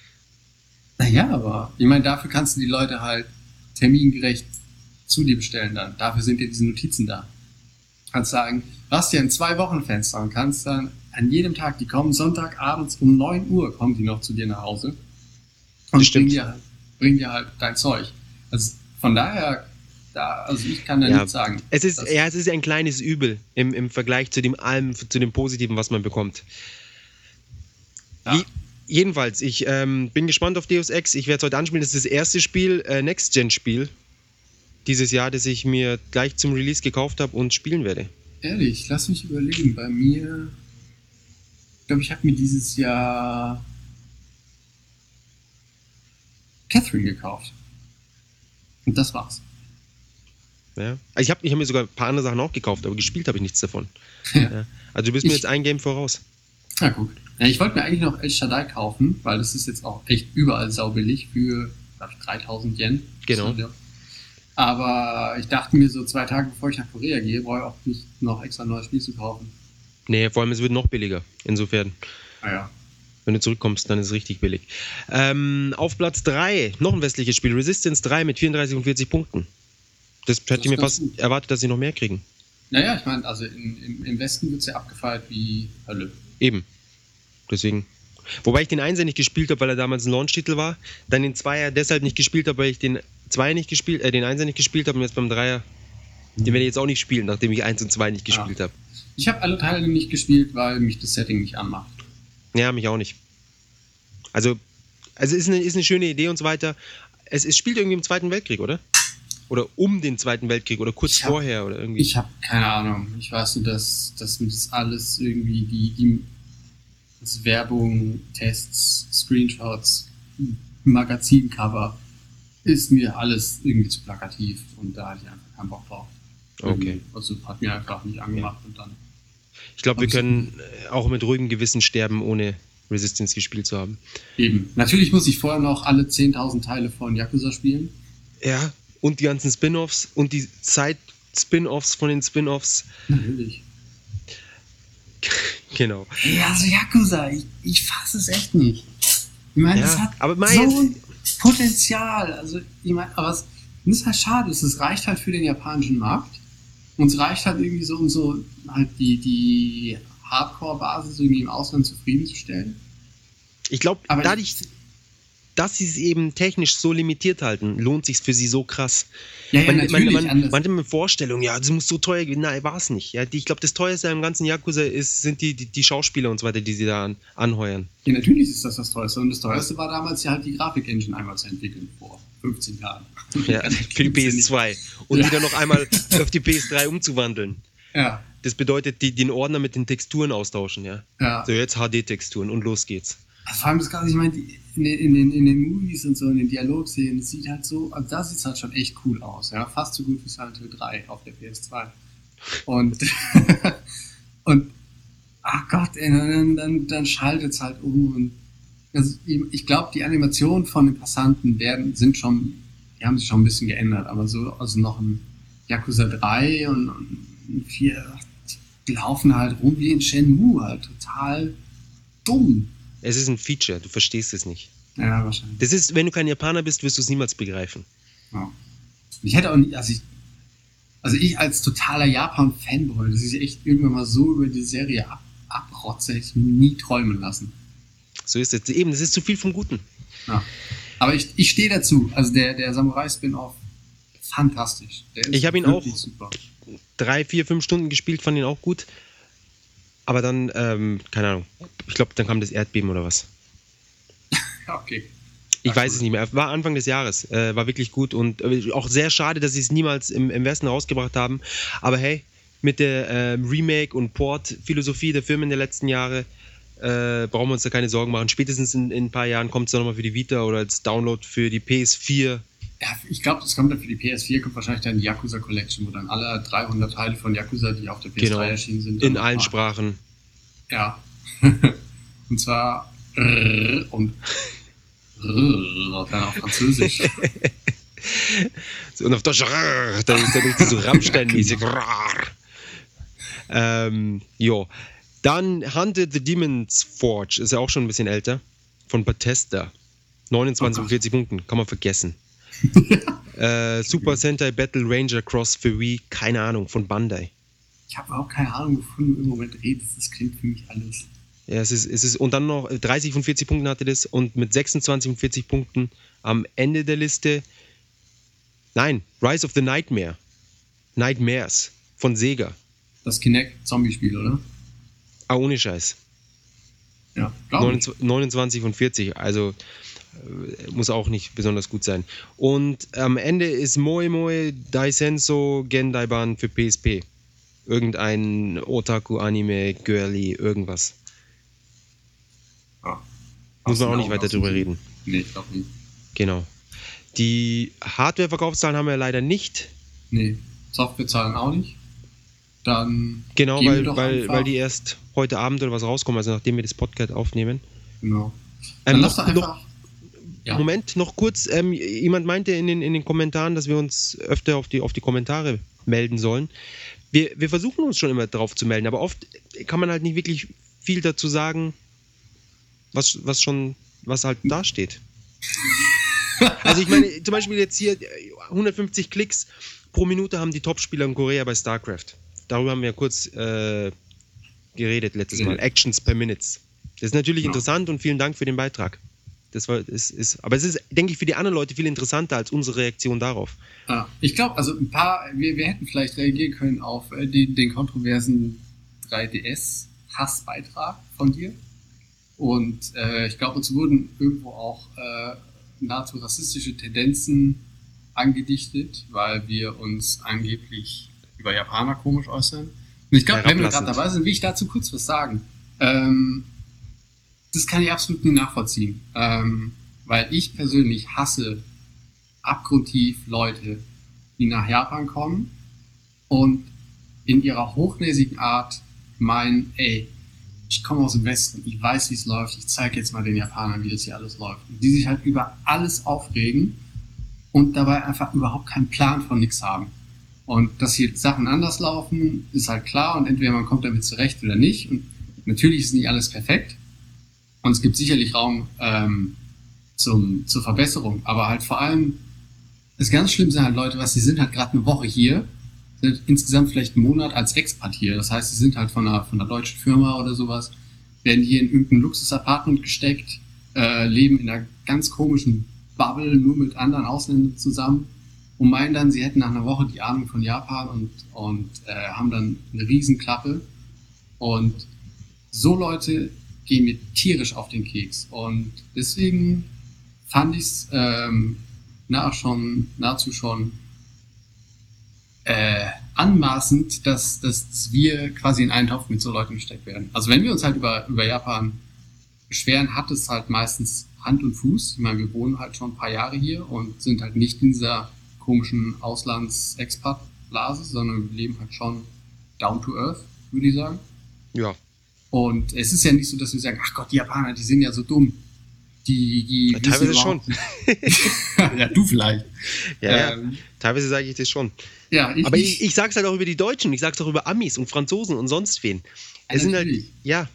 Naja, aber ich meine, dafür kannst du die Leute halt termingerecht zu dir bestellen dann. Dafür sind dir diese Notizen da. Du kannst sagen, du hast ja ein Zwei-Wochen-Fenster und kannst dann an jedem Tag, die kommen Sonntagabends um neun Uhr, kommen die noch zu dir nach Hause und Das stimmt. bringen dir, bringen dir halt dein Zeug. Also von daher, da, also ich kann da Ja, nichts sagen. Es ist, Das- ja, es ist ein kleines Übel im, im Vergleich zu dem allem, zu dem Positiven, was man bekommt. Ja. Wie, jedenfalls, ich ähm, bin gespannt auf Deus Ex. Ich werde es heute anspielen. Das ist das erste Spiel, äh, Next-Gen-Spiel dieses Jahr, das ich mir gleich zum Release gekauft habe und spielen werde. Ehrlich, lass mich überlegen. Bei mir, ich glaube, ich habe mir dieses Jahr Catherine gekauft. Und das war's. Ja. Ich habe ich hab mir sogar ein paar andere Sachen auch gekauft, aber gespielt habe ich nichts davon. Ja. Ja. Also du bist mir Ich- jetzt ein Game voraus. Na gut. Ja, ich wollte mir eigentlich noch El Shaddai kaufen, weil das ist jetzt auch echt überall saubillig für, glaube ich, dreitausend Yen. Genau. So, ja. Aber ich dachte mir so zwei Tage bevor ich nach Korea gehe, brauche ich auch nicht noch extra ein neues Spiel zu kaufen. Nee, vor allem es wird noch billiger. Insofern, Naja. wenn du zurückkommst, dann ist es richtig billig. Ähm, auf Platz drei, noch ein westliches Spiel, Resistance drei mit vierunddreißig und vierzig Punkten. Das hätte ist ich mir ganz fast gut. erwartet, dass sie noch mehr kriegen. Naja, ich meine, also in, im, im Westen wird es ja abgefeiert wie Hölle. Eben. Deswegen. Wobei ich den Einser nicht gespielt habe, weil er damals ein Launch-Titel war. Dann den Zweier deshalb nicht gespielt habe, weil ich den Zweier nicht gespielt, äh, den Einser nicht gespielt habe und jetzt beim Dreier, den werde ich jetzt auch nicht spielen, nachdem ich eins und zwei nicht gespielt Ja. habe. Ich habe alle Teile nicht gespielt, weil mich das Setting nicht anmacht. Ja, mich auch nicht. Also, also ist eine, ist eine schöne Idee und so weiter. Es, es spielt irgendwie im Zweiten Weltkrieg, oder? Oder um den Zweiten Weltkrieg oder kurz Ich hab- vorher oder irgendwie. Ich habe keine Ahnung. Ich weiß nur, dass, dass mir das alles irgendwie die, die das Werbung, Tests, Screenshots, Magazincover ist mir alles irgendwie zu plakativ und da hatte ich einfach keinen Bock drauf. Okay. Also hat mir einfach nicht angemacht und dann. Ich glaube, wir können äh, auch mit ruhigem Gewissen sterben, ohne Resistance gespielt zu haben. Eben. Natürlich muss ich vorher noch alle zehntausend Teile von Yakuza spielen. Ja, und die ganzen Spin-Offs und die Side-Spin-Offs von den Spin-Offs. Natürlich. Genau. Ey, also Yakuza, ich, ich fasse es echt nicht. Ich meine, Ja, es hat aber mal so jetzt- ein Potenzial. Also, ich meine, aber es das ist halt schade. Es reicht halt für den japanischen Markt. Und es reicht halt irgendwie so, um so halt die, die Hardcore-Basis irgendwie im Ausland zufriedenzustellen. Ich glaube, Aber dadurch, dass sie es eben technisch so limitiert halten, lohnt sich für sie so krass. Ja, ja, man, natürlich. man, man, anders. man hat immer Vorstellungen, ja, das muss so teuer gehen. Nein, war es nicht. Ja, die, ich glaube, das teuerste im ganzen Yakuza ist, sind die, die, die Schauspieler und so weiter, die sie da an, anheuern. Ja, natürlich ist das das Teuerste. Und das Teuerste war damals ja halt die Grafik-Engine einmal zu entwickeln, vor fünfzehn Jahren. Ja, für die P S zwei. Und Ja. die dann noch einmal auf die P S drei umzuwandeln. Ja, Das bedeutet, die, den Ordner mit den Texturen austauschen, ja. ja. So, jetzt H D-Texturen und los geht's. Vor allem das Ganze, ich meine, die- in den, in, den, in den Movies und so, in den Dialogszenen, das sieht halt so, also da sieht es halt schon echt cool aus, ja. Fast so gut wie Silent Hill drei auf der P S zwei. Und, und ach Gott, ey, dann, dann, dann schaltet es halt um. Und also ich glaube, die Animationen von den Passanten werden, sind schon, die haben sich schon ein bisschen geändert, aber so, also noch ein Yakuza drei und, und vier, die laufen halt rum wie in Shenmue, halt total dumm. Es ist ein Feature, du verstehst es nicht. Ja, wahrscheinlich. Das ist, wenn du kein Japaner bist, wirst du es niemals begreifen. Ja. Ich hätte auch nicht, also ich, also ich als totaler Japan-Fanboy, dass ich echt irgendwann mal so über die Serie ab, abrotze, hätte ich mir nie träumen lassen. So ist es. Eben, das ist zu viel vom Guten. Ja. Aber ich, ich stehe dazu. Also der, der Samurai-Spin-Off, fantastisch. Der ist ich habe ihn auch super. drei, vier, fünf Stunden gespielt, fand ihn auch gut. Aber dann, ähm, keine Ahnung, ich glaube, dann kam das Erdbeben oder was. Okay. Ich Ach, weiß es nicht mehr. War Anfang des Jahres. Äh, war wirklich gut und äh, auch sehr schade, dass sie es niemals im, im Westen rausgebracht haben. Aber hey, mit der äh, Remake- und Port-Philosophie der Firmen der letzten Jahre äh, brauchen wir uns da keine Sorgen machen. Spätestens in, in ein paar Jahren kommt es dann nochmal für die Vita oder als Download für die P S vier. Ja, ich glaube, das kommt dann für die P S vier, kommt wahrscheinlich dann die Yakuza Collection, wo dann alle dreihundert Teile von Yakuza, die auf der P S drei genau. erschienen sind. In allen Sprachen. Ja. Und zwar und dann auf Französisch. Und auf Deutsch, dann ist das so Rammstein-mäßig. ähm, jo. Dann Hunted the Demon's Forge, ist ja auch schon ein bisschen älter, von Bethesda. neunundzwanzig von vierzig Punkten, kann man vergessen. äh, Super Sentai Battle Ranger Cross für Wii, keine Ahnung, von Bandai. Ich habe auch keine Ahnung, wovon du im Moment redest, das klingt für mich alles. Ja, es ist, es ist, und dann noch dreißig von vierzig Punkten hatte das und mit sechsundzwanzig von vierzig Punkten am Ende der Liste, nein, Rise of the Nightmare, Nightmares von Sega. Das Kinect-Zombie-Spiel, oder? Ah, ohne Scheiß. Ja, glaube ich. neunundzwanzig von vierzig, also äh, muss auch nicht besonders gut sein. Und am Ende ist Moe Moe Daisenso Gendaiban für P S P. Irgendein Otaku-Anime, Girly, irgendwas. Ah, muss man auch nicht weiter drüber reden. Nee, ich glaube nicht. Genau. Die Hardware-Verkaufszahlen haben wir leider nicht. Nee, Softwarezahlen auch nicht. Dann genau, weil, weil, weil die erst heute Abend oder was rauskommen, also nachdem wir das Podcast aufnehmen. Genau. Dann ähm, lass noch, doch einfach... Noch, ja. Moment, noch kurz. Ähm, jemand meinte in den, in den Kommentaren, dass wir uns öfter auf die, auf die Kommentare melden sollen. Wir, wir versuchen uns schon immer drauf zu melden, aber oft kann man halt nicht wirklich viel dazu sagen, was, was schon, was halt da steht. Also ich meine, zum Beispiel jetzt hier hundertfünfzig Klicks pro Minute haben die Topspieler in Korea bei StarCraft. Darüber haben wir ja kurz äh, geredet letztes Mal. Actions per Minutes. Das ist natürlich ja. interessant und vielen Dank für den Beitrag. Das war, ist, ist, aber es ist, denke ich, für die anderen Leute viel interessanter als unsere Reaktion darauf. Ah, ich glaube, also ein paar, wir, wir hätten vielleicht reagieren können auf äh, den, den kontroversen drei D S-Hassbeitrag von dir. Und äh, ich glaube, uns wurden irgendwo auch äh, nahezu rassistische Tendenzen angedichtet, weil wir uns angeblich über Japaner komisch äußern. Und ich glaube, wenn wir gerade dabei sind, will ich dazu kurz was sagen. Ähm, das kann ich absolut nie nachvollziehen. Ähm, weil ich persönlich hasse abgrundtief Leute, die nach Japan kommen und in ihrer hochnäsigen Art meinen, ey, ich komme aus dem Westen, ich weiß, wie es läuft, ich zeige jetzt mal den Japanern, wie das hier alles läuft. Und die sich halt über alles aufregen und dabei einfach überhaupt keinen Plan von nichts haben. Und dass hier Sachen anders laufen, ist halt klar und entweder man kommt damit zurecht oder nicht. Und natürlich ist nicht alles perfekt und es gibt sicherlich Raum ähm, zum, zur Verbesserung, aber halt vor allem, das ganz schlimm sind halt Leute, was, die sind halt gerade eine Woche hier, sind insgesamt vielleicht einen Monat als Expat hier. Das heißt, sie sind halt von einer, von einer deutschen Firma oder sowas, werden hier in irgendein Luxus-Apartment gesteckt, äh, leben in einer ganz komischen Bubble, nur mit anderen Ausländern zusammen und meinen dann, sie hätten nach einer Woche die Ahnung von Japan und, und äh, haben dann eine Riesenklappe. Und so Leute gehen mir tierisch auf den Keks. Und deswegen fand ich es ähm, na, schon, nahezu schon äh, anmaßend, dass, dass wir quasi in einen Topf mit so Leuten gesteckt werden. Also wenn wir uns halt über, über Japan beschweren, hat es halt meistens Hand und Fuß. Ich meine, wir wohnen halt schon ein paar Jahre hier und sind halt nicht in dieser komischen Auslands-Expat-Blase, sondern wir leben halt schon down to earth, würde ich sagen. Ja. Und es ist ja nicht so, dass wir sagen, ach Gott, die Japaner, die sind ja so dumm. Die, die ja, teilweise schon. Ja, du vielleicht. Ja, ähm, ja. Teilweise sage ich das schon. Ja, ich, Aber ich, ich sage es halt auch über die Deutschen, ich sage es auch über Amis und Franzosen und sonst wen. Es sind halt, ja.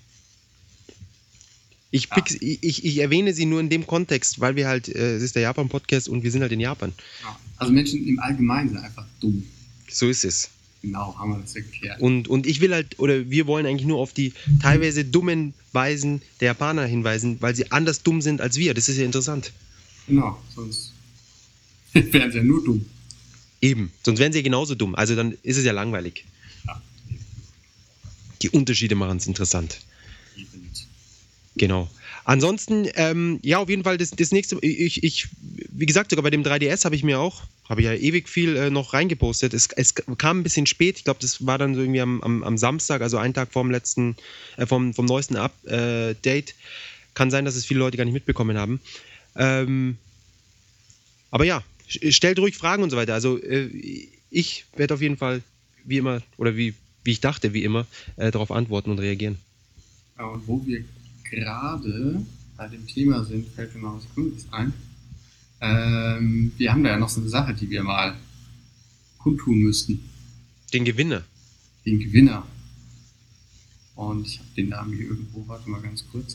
Ich, pick, ja. ich, ich erwähne sie nur in dem Kontext, weil wir halt, äh, es ist der Japan-Podcast und wir sind halt in Japan. Ja. Also Menschen im Allgemeinen sind einfach dumm. So ist es. Genau, haben wir das erklärt. Und, und ich will halt, oder wir wollen eigentlich nur auf die teilweise dummen Weisen der Japaner hinweisen, weil sie anders dumm sind als wir. Das ist ja interessant. Genau, sonst wären sie ja nur dumm. Eben, sonst wären sie ja genauso dumm. Also dann ist es ja langweilig. Ja. Die Unterschiede machen es interessant. Eben. Genau. Ansonsten, ähm, ja, auf jeden Fall das, das nächste, ich, ich, wie gesagt, sogar bei dem drei D S habe ich mir auch, habe ich ja ewig viel äh, noch reingepostet. Es, es kam ein bisschen spät, ich glaube, das war dann so irgendwie am, am, am Samstag, also einen Tag vorm letzten, äh, vom, vom neuesten Update. Äh, Kann sein, dass es viele Leute gar nicht mitbekommen haben. Ähm, aber ja, stellt ruhig Fragen und so weiter. Also äh, ich werde auf jeden Fall, wie immer, oder wie, wie ich dachte, wie immer, äh, darauf antworten und reagieren. Ja, und wo wir gerade bei dem Thema sind, fällt mir noch was Cooles ein. Ähm, wir haben da ja noch so eine Sache, die wir mal kundtun müssten. Den Gewinner. Den Gewinner. Und ich habe den Namen hier irgendwo, warte mal ganz kurz.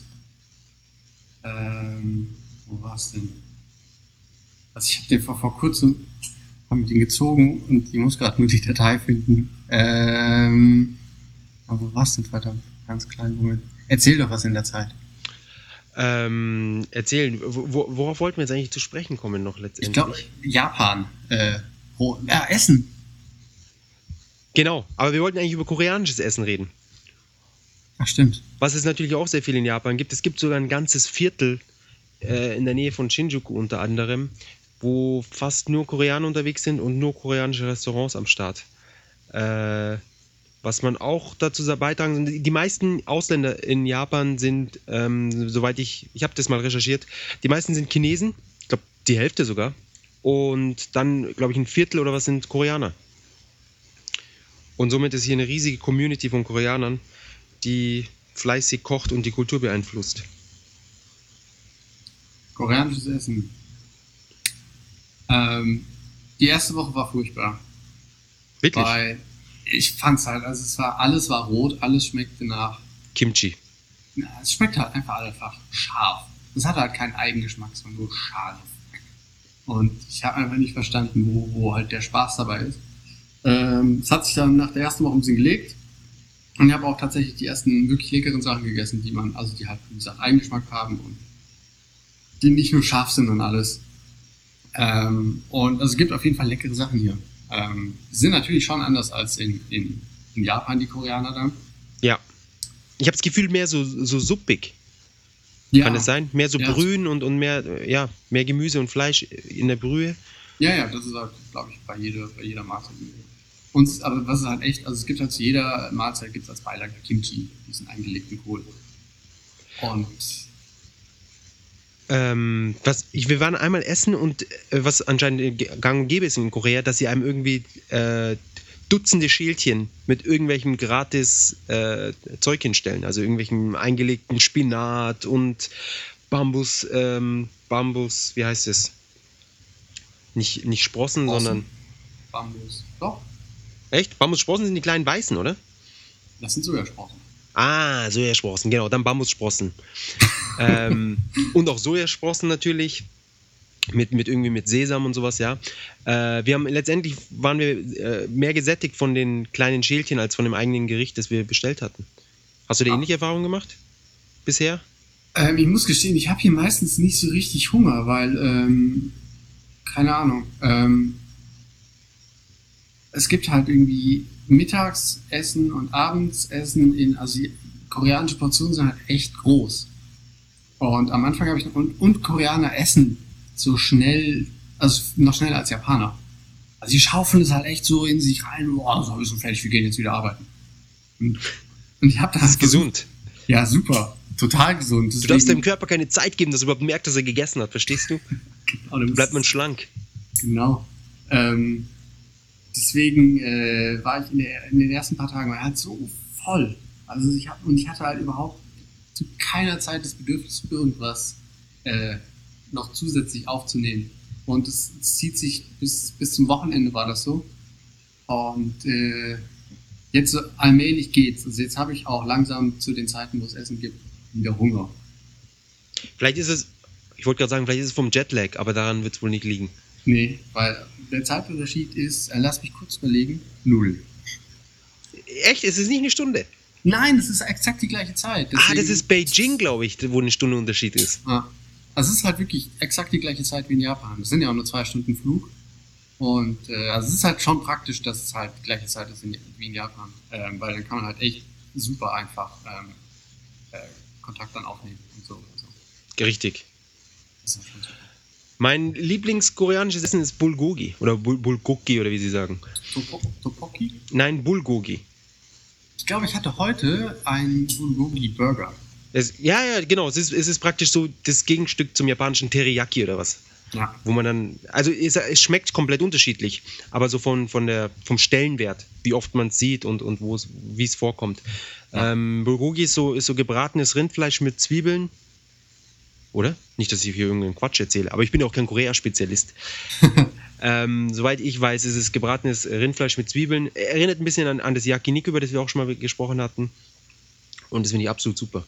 Ähm, wo war es denn? Also ich habe den vor, vor kurzem, haben wir den gezogen und ich muss gerade nur die Datei finden. Ähm, aber wo war es denn, verdammt? Ganz kleinen Moment. Erzähl doch was in der Zeit. Ähm, erzählen, wo, worauf wollten wir jetzt eigentlich zu sprechen kommen noch letztendlich? Ich glaube, Japan. Äh, oh, ja, Essen. Genau, aber wir wollten eigentlich über koreanisches Essen reden. Ach, stimmt. Was es natürlich auch sehr viel in Japan gibt. Es gibt sogar ein ganzes Viertel äh, in der Nähe von Shinjuku unter anderem, wo fast nur Koreaner unterwegs sind und nur koreanische Restaurants am Start. Äh, Was man auch dazu beitragen, die meisten Ausländer in Japan sind, ähm, soweit ich, ich habe das mal recherchiert, die meisten sind Chinesen, ich glaube die Hälfte sogar, und dann, glaube ich, ein Viertel oder was sind Koreaner. Und somit ist hier eine riesige Community von Koreanern, die fleißig kocht und die Kultur beeinflusst. Koreanisches Essen. Ähm, die erste Woche war furchtbar. Wirklich? Weil ich fand's halt, also es war, alles war rot, alles schmeckte nach Kimchi. Na, es schmeckt halt einfach einfach scharf. Es hatte halt keinen Eigengeschmack, sondern nur scharf. Und ich habe einfach nicht verstanden, wo, wo halt der Spaß dabei ist. Ähm, es hat sich dann nach der ersten Woche ein bisschen gelegt. Und ich habe auch tatsächlich die ersten wirklich leckeren Sachen gegessen, die man, also die halt, wie gesagt, Eigengeschmack haben und die nicht nur scharf sind und alles. Ähm, und also es gibt auf jeden Fall leckere Sachen hier. Ähm, die sind natürlich schon anders als in, in, in Japan, die Koreaner dann. Ja. Ich habe das Gefühl, mehr so, so suppig. Ja. Kann es sein? Mehr so Ja. Brühen und, und mehr, ja, mehr Gemüse und Fleisch in der Brühe. Ja, ja, das ist halt, glaube ich, bei jeder, bei jeder Mahlzeit. Und, aber was ist halt echt, also es gibt halt zu jeder Mahlzeit gibt es als Beilage Kimchi, diesen eingelegten Kohl. Und Ähm, was, ich, wir waren einmal essen und äh, was anscheinend gang und gäbe ist in Korea, dass sie einem irgendwie äh, Dutzende Schälchen mit irgendwelchem gratis äh, Zeug hinstellen, also irgendwelchen eingelegten Spinat und Bambus, ähm, Bambus, wie heißt es? Nicht, nicht Sprossen, Sprossen. sondern... Bambus. Doch, Echt? Bambussprossen sind die kleinen Weißen, oder? das sind Sojasprossen. Ah, Sojasprossen, genau, dann Bambussprossen. ähm, und auch Sojasprossen natürlich, mit, mit irgendwie mit Sesam und sowas, ja. Äh, wir haben letztendlich waren wir äh, mehr gesättigt von den kleinen Schälchen als von dem eigenen Gericht, das wir bestellt hatten. Hast du da Ah. ähnliche Erfahrungen gemacht bisher? Ähm, ich muss gestehen, ich habe hier meistens nicht so richtig Hunger, weil, ähm, keine Ahnung, ähm, es gibt halt irgendwie Mittagsessen und Abendsessen in, also die koreanische Portionen sind halt echt groß. Und am Anfang habe ich noch, und, und Koreaner essen so schnell, also noch schneller als Japaner. Also die schaufeln es halt echt so in sich rein, boah, so ist so fertig, wir gehen jetzt wieder arbeiten. Und, und ich habe das, Das ist gesund. Ja, super. Total gesund. Du darfst deinem Körper keine Zeit geben, dass er überhaupt merkt, dass er gegessen hat, verstehst du? Genau, Bleibt man schlank. Genau. Ähm, deswegen äh, war ich in, der, in den ersten paar Tagen war halt so voll. Also ich hab, und ich hatte halt überhaupt zu keiner Zeit das Bedürfnis, irgendwas äh, noch zusätzlich aufzunehmen. Und es, es zieht sich bis, bis zum Wochenende war das so. Und äh, jetzt so allmählich geht's. Also jetzt habe ich auch langsam zu den Zeiten, wo es Essen gibt, wieder Hunger. Vielleicht ist es, ich wollte gerade sagen, vielleicht ist es vom Jetlag, aber daran wird es wohl nicht liegen. Nee, weil der Zeitunterschied ist, äh, lass mich kurz überlegen, null. Echt? Es ist nicht eine Stunde? Nein, es ist exakt die gleiche Zeit. Deswegen, ah, das ist Beijing, glaube ich, wo eine Stunde Unterschied ist. Ah, also es ist halt wirklich exakt die gleiche Zeit wie in Japan. Das sind ja auch nur zwei Stunden Flug. Und äh, also es ist halt schon praktisch, dass es halt die gleiche Zeit ist in, wie in Japan. Ähm, weil dann kann man halt echt super einfach ähm, äh, Kontakt dann aufnehmen und so. Und so. Richtig. Das ist schon super. Mein Lieblingskoreanisches Essen ist Bulgogi oder Bul- Bulgogi oder wie sie sagen. Topo- Topoki? Nein, Bulgogi. Ich glaube, ich hatte heute einen Bulgogi-Burger. Es, ja, ja, genau. Es ist, es ist praktisch so das Gegenstück zum japanischen Teriyaki oder was. Ja. Wo man dann, also es, es schmeckt komplett unterschiedlich, aber so von, von der, vom Stellenwert, wie oft man es sieht und, und wo es, wie es vorkommt. Ja. Ähm, Bulgogi ist so, ist so gebratenes Rindfleisch mit Zwiebeln. Oder? Nicht, dass ich hier irgendeinen Quatsch erzähle, aber ich bin ja auch kein Korea-Spezialist. ähm, soweit ich weiß, ist es gebratenes Rindfleisch mit Zwiebeln. Erinnert ein bisschen an, an das Yakiniku, über das wir auch schon mal gesprochen hatten. Und das finde ich absolut super.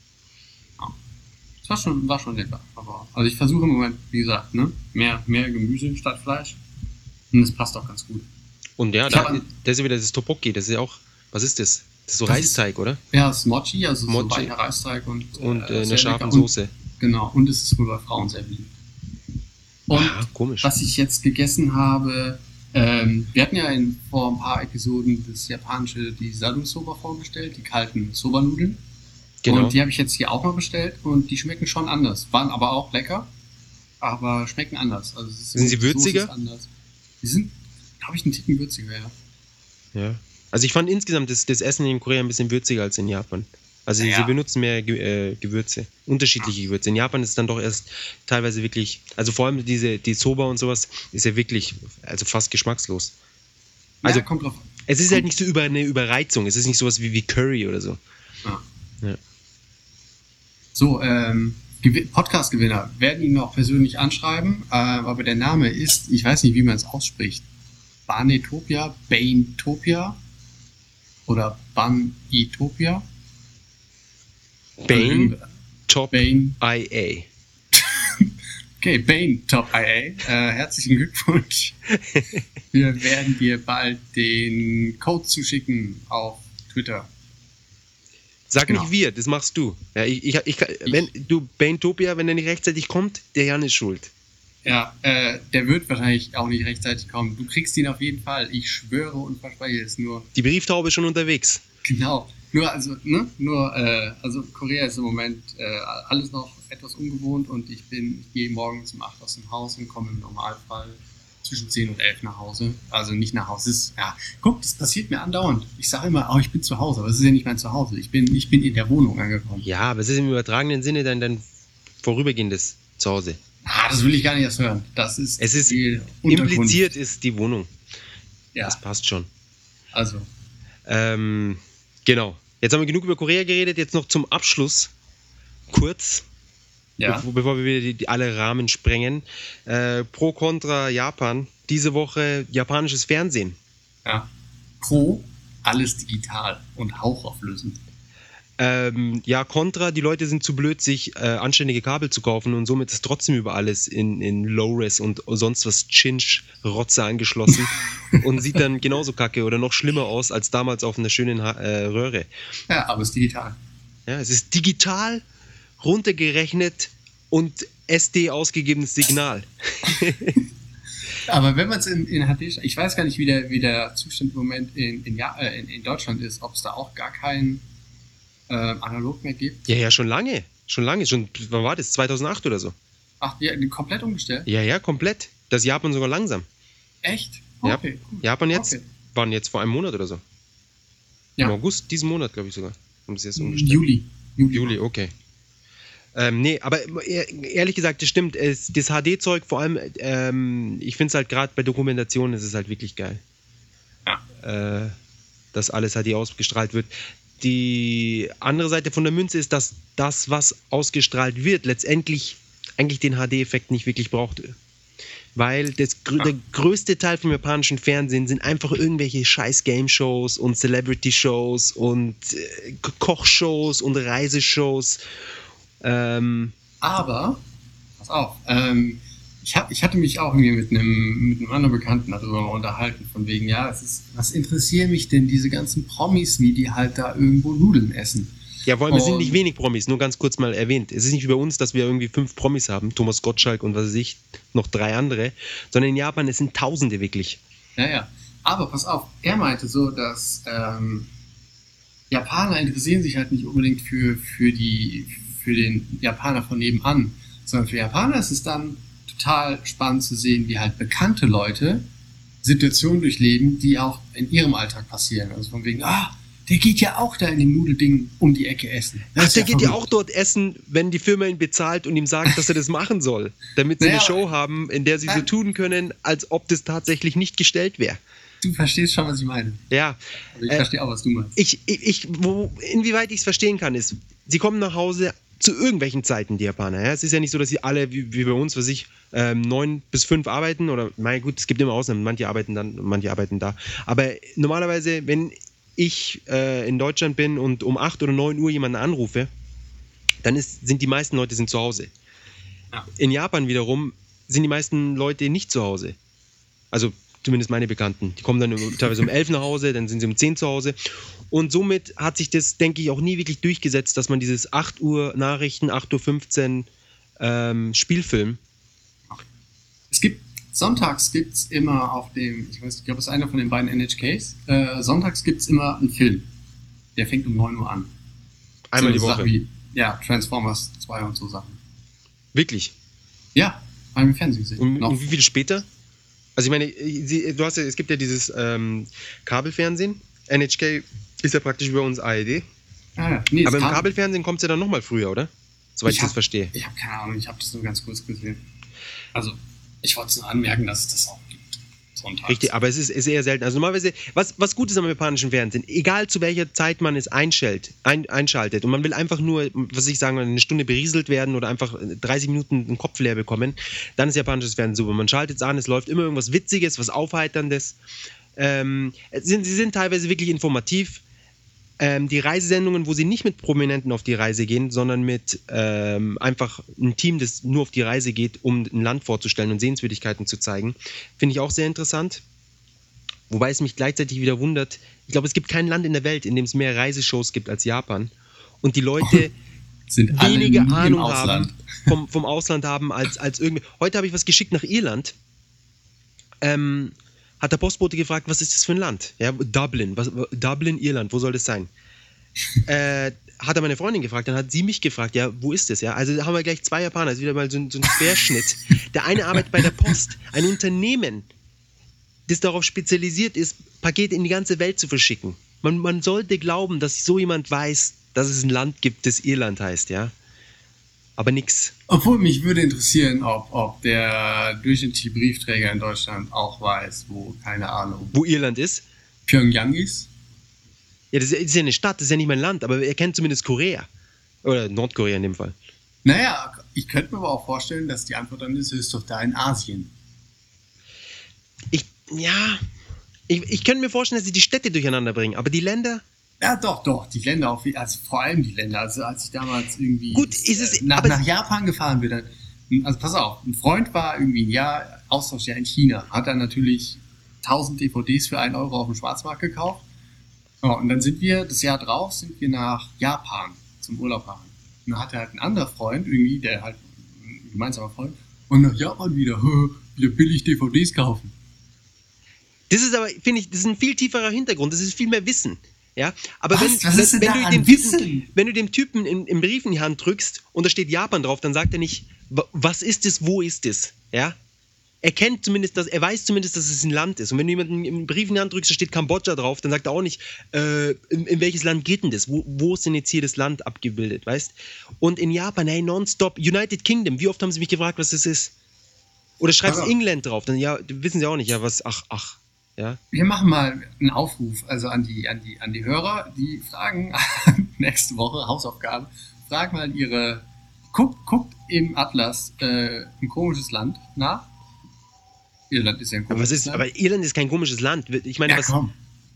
Das war schon, war schon lecker. Aber, also ich versuche im Moment, wie gesagt, ne, mehr, mehr Gemüse statt Fleisch. Und das passt auch ganz gut. Und ja, Ich da, hab- das ist wieder das Tteokbokki. Das ist ja auch, was ist das? Das ist so Das Reisteig, ist- oder? Ja, das ist Mochi, also so Mochi. weicher Reisteig und, Und äh, sehr eine scharfe lecker. Soße. Und, genau, und es ist wohl bei Frauen sehr beliebt. Und Ah, komisch. was ich jetzt gegessen habe, ähm, wir hatten ja in, vor ein paar Episoden das japanische, die Sadu Soba vorgestellt, die kalten Soba-Nudeln. Genau. Und die habe ich jetzt hier auch mal bestellt und die schmecken schon anders. Waren aber auch lecker, aber schmecken anders. Also es ist Sind sie die Soße würziger? ist anders. Die sind, glaube ich, einen Ticken würziger, ja. Ja. Also ich fand insgesamt das, das Essen in Korea ein bisschen würziger als in Japan. Also Ja. sie benutzen mehr Ge äh, Gewürze, unterschiedliche Gewürze. In Japan ist es dann doch erst teilweise wirklich, also vor allem diese die Soba und sowas ist ja wirklich, also fast geschmackslos. Also ja, kommt drauf. es ist halt nicht so über eine Überreizung, es ist nicht sowas wie, wie Curry oder so. Ja. Ja. So, ähm, Gew- Podcast-Gewinner werden ihn noch persönlich anschreiben, äh, aber der Name ist, ich weiß nicht, wie man es ausspricht. Banetopia, Baintopia oder Banitopia. Bane Top Bane. I Okay, Bane Top I A. Äh, herzlichen Glückwunsch. Wir werden dir bald den Code zuschicken auf Twitter. A. Sag Genau. nicht wir, das machst du. Ja, ich, ich, ich, wenn du Banetopia, wenn er nicht rechtzeitig kommt, der Jan ist schuld. Ja, äh, der wird wahrscheinlich auch nicht rechtzeitig kommen. Du kriegst ihn auf jeden Fall. Ich schwöre und verspreche es nur. Die Brieftaube ist schon unterwegs. Genau. Nur, also, ne? Nur, äh, also Korea ist im Moment äh, alles noch etwas ungewohnt und ich bin, ich gehe morgens um acht aus dem Haus und komme im Normalfall zwischen zehn und elf nach Hause. Also nicht nach Hause. Es ist, ja, guck, das passiert mir andauernd. Ich sage immer, oh, ich bin zu Hause, aber es ist ja nicht mein Zuhause. Ich bin, ich bin in der Wohnung angekommen. Ja, aber es ist im übertragenen Sinne dein, dein vorübergehendes Zuhause. Ah, das will ich gar nicht erst hören. Das ist Es ist die Unterkunft. impliziert ist die Wohnung. Ja, Das passt schon. also. Ähm, genau. Jetzt haben wir genug über Korea geredet. Jetzt noch zum Abschluss kurz, Ja. bevor, bevor wir wieder die, die alle Rahmen sprengen. Äh, pro Contra Japan. Diese Woche japanisches Fernsehen. Ja. Pro, alles digital und hauchauflösend. Ähm, ja, Contra, die Leute sind zu blöd, sich äh, anständige Kabel zu kaufen und somit ist trotzdem über alles in, in Low-Res und sonst was Chinch-Rotze angeschlossen und sieht dann genauso kacke oder noch schlimmer aus als damals auf einer schönen ha äh, Röhre. Ja, aber es ist digital. Ja, es ist digital, runtergerechnet und S D ausgegebenes Signal. Aber wenn man es in, in H D, ich weiß gar nicht, wie der, wie der Zustand im Moment in, in, ja, äh, in, in Deutschland ist, ob es da auch gar kein äh, Analog mehr gibt. Ja, ja, schon lange. Schon lange. Schon, wann war das? zweitausendacht oder so? Ach, ja, die komplett umgestellt? Ja, ja, komplett. Das Japan sogar langsam. Echt? Ja. Okay, cool. Japan jetzt, Okay. waren jetzt vor einem Monat oder so. Ja. Im August, diesen Monat, glaube ich sogar. Haben sie jetzt umgestellt. Juli. Juli. Juli, okay. Ähm, nee, aber ehr- ehrlich gesagt, das stimmt. Es, das H D-Zeug, vor allem, ähm, ich finde es halt gerade bei Dokumentationen, ist es halt wirklich geil. äh, das alles halt hier ausgestrahlt wird. Die andere Seite von der Münze ist, dass das, was ausgestrahlt wird, letztendlich eigentlich den H D-Effekt nicht wirklich braucht. Weil das, der größte Teil vom japanischen Fernsehen sind einfach irgendwelche scheiß Game-Shows und Celebrity-Shows und äh, Kochshows und Reiseshows. Ähm, Aber, pass auf, ähm, ich, hab, ich hatte mich auch irgendwie mit einem, mit einem anderen Bekannten darüber unterhalten, von wegen, ja, es ist, was interessieren mich denn diese ganzen Promis, wie die halt da irgendwo Nudeln essen? Ja, vor allem, es sind Und- nicht wenig Promis, nur ganz kurz mal erwähnt. Es ist nicht wie bei uns, dass wir irgendwie fünf Promis haben, Thomas Gottschalk und was weiß ich, noch drei andere, sondern in Japan, es sind Tausende wirklich. Ja, ja. Aber pass auf, er meinte so, dass ähm, Japaner interessieren sich halt nicht unbedingt für, für, die, für den Japaner von nebenan, sondern für Japaner ist es dann total spannend zu sehen, wie halt bekannte Leute Situationen durchleben, die auch in ihrem Alltag passieren. Also von wegen, ah, der geht ja auch da in dem Nudelding um die Ecke essen. Das Ach, ist der geht ja verrückt. auch dort essen, wenn die Firma ihn bezahlt und ihm sagt, dass er das machen soll, damit sie Naja, eine Show haben, in der sie so Nein. tun können, als ob das tatsächlich nicht gestellt wäre. Du verstehst schon, was ich meine. Ja, Aber ich Äh, verstehe auch, was du meinst. ich, ich, ich wo, inwieweit ich es verstehen kann, ist, sie kommen nach Hause zu irgendwelchen Zeiten, die Japaner. Ja? Es ist ja nicht so, dass sie alle, wie, wie bei uns, was ich, ähm, neun bis fünf arbeiten oder, mein gut, es gibt immer Ausnahmen, manche arbeiten dann, manche arbeiten da. Aber normalerweise, wenn ich äh, in Deutschland bin und um acht oder neun Uhr jemanden anrufe, dann ist, sind die meisten Leute sind zu Hause. Ja. In Japan wiederum sind die meisten Leute nicht zu Hause. Also zumindest meine Bekannten. Die kommen dann teilweise um elf nach Hause, dann sind sie um zehn zu Hause. Und somit hat sich das, denke ich, auch nie wirklich durchgesetzt, dass man dieses acht Uhr Nachrichten, acht Uhr fünfzehn ähm, Spielfilm. Es gibt, sonntags gibt es immer auf dem, ich weiß, ich glaube, es ist einer von den beiden N H Ks, äh, sonntags gibt es immer einen Film. Der fängt um neun Uhr an. Einmal die So Sachen Woche. Wie, ja, Transformers zwei und so Sachen. Wirklich. Ja, habe ich im Fernsehen gesehen. Und, Noch. und wie viel später? Also ich meine, sie, du hast ja, es gibt ja dieses ähm, Kabelfernsehen. N H K ist ja praktisch über uns A R D. Ah, ja. Nee, es Aber im kam- Kabelfernsehen kommt es ja dann nochmal früher, oder? Soweit ich, hab- das verstehe. Ich habe keine Ahnung, ich habe das nur ganz kurz gesehen. Also, ich wollte es nur anmerken, dass es das auch gibt. Sonntags. Richtig, aber es ist, ist eher selten. Also normalerweise, was, was gut ist am japanischen Fernsehen, egal zu welcher Zeit man es einschaltet, ein, einschaltet und man will einfach nur, was ich sagen, eine Stunde berieselt werden oder einfach dreißig Minuten den Kopf leer bekommen, dann ist japanisches Fernsehen super. Man schaltet es an, es läuft immer irgendwas Witziges, was Aufheiterndes. Ähm, es sind, sie sind teilweise wirklich informativ. Ähm, die Reisesendungen, wo sie nicht mit Prominenten auf die Reise gehen, sondern mit ähm, einfach einem Team, das nur auf die Reise geht, um ein Land vorzustellen und Sehenswürdigkeiten zu zeigen, finde ich auch sehr interessant. Wobei es mich gleichzeitig wieder wundert, ich glaube, es gibt kein Land in der Welt, in dem es mehr Reiseshows gibt als Japan. Und die Leute Sind alle weniger im Ahnung Ausland. haben, vom, vom Ausland haben als, als irgendwie. Heute habe ich was geschickt nach Irland. Ähm, hat der Postbote gefragt, was ist das für ein Land? Ja, Dublin, was, Dublin, Irland, wo soll das sein? äh, hat er meine Freundin gefragt, dann hat sie mich gefragt, ja, wo ist das? Ja, also da haben wir gleich zwei Japaner, das ist wieder mal so ein, so ein Querschnitt. Der eine arbeitet bei der Post, ein Unternehmen, das darauf spezialisiert ist, Pakete in die ganze Welt zu verschicken. Man, man sollte glauben, dass so jemand weiß, dass es ein Land gibt, das Irland heißt, ja. Aber nix. Obwohl mich würde interessieren, ob, ob der durchschnittliche Briefträger in Deutschland auch weiß, wo, keine Ahnung, Wo Irland ist? Pyongyang ist. Ja, das ist ja eine Stadt, das ist ja nicht mein Land, aber er kennt zumindest Korea. Oder Nordkorea in dem Fall. Naja, ich könnte mir aber auch vorstellen, dass die Antwort dann ist, es ist doch da in Asien. Ich, ja, ich, ich könnte mir vorstellen, dass sie die Städte durcheinander bringen, aber die Länder, Ja, doch, doch, die Länder, auch, also vor allem die Länder. Also als ich damals irgendwie Gut, ist es- äh, nach, aber- nach Japan gefahren bin, dann, also pass auf, ein Freund war irgendwie ein Jahr, Austauschjahr in China, hat dann natürlich tausend D V Ds für einen Euro auf dem Schwarzmarkt gekauft. Ja, und dann sind wir, das Jahr drauf, sind wir nach Japan zum Urlaub fahren. Und dann hatte halt ein anderer Freund, irgendwie, der halt ein gemeinsamer Freund, und nach Japan wieder, wieder billig D V Ds kaufen. das ist aber, finde ich, das ist ein viel tieferer Hintergrund, das ist viel mehr Wissen. Ja, aber Was? wenn, Was ist denn wenn, da du an dem Wissen? Typen, wenn du dem Typen im, im Brief in die Hand drückst und da steht Japan drauf, dann sagt er nicht, wa- was ist es, wo ist es? Ja? Er kennt zumindest, dass, er weiß zumindest, dass es ein Land ist. Und wenn du jemanden im Brief in die Hand drückst, da steht Kambodscha drauf, dann sagt er auch nicht, äh, in, in welches Land geht denn das? Wo, wo ist denn jetzt hier das Land abgebildet, weißt? Und in Japan, hey, nonstop, United Kingdom, wie oft haben sie mich gefragt, was das ist? Oder schreibst Ja. England drauf, dann ja, wissen sie auch nicht, ja, was, ach, ach. Ja? Wir machen mal einen Aufruf, also an die, an die, an die Hörer, die fragen nächste Woche, Hausaufgabe, frag mal ihre, guckt, guckt im Atlas äh, ein komisches Land nach. Irland ist ja ein Aber, was komisches ist, Land. aber Irland ist kein komisches Land. Ich meine, Ja, was, komm.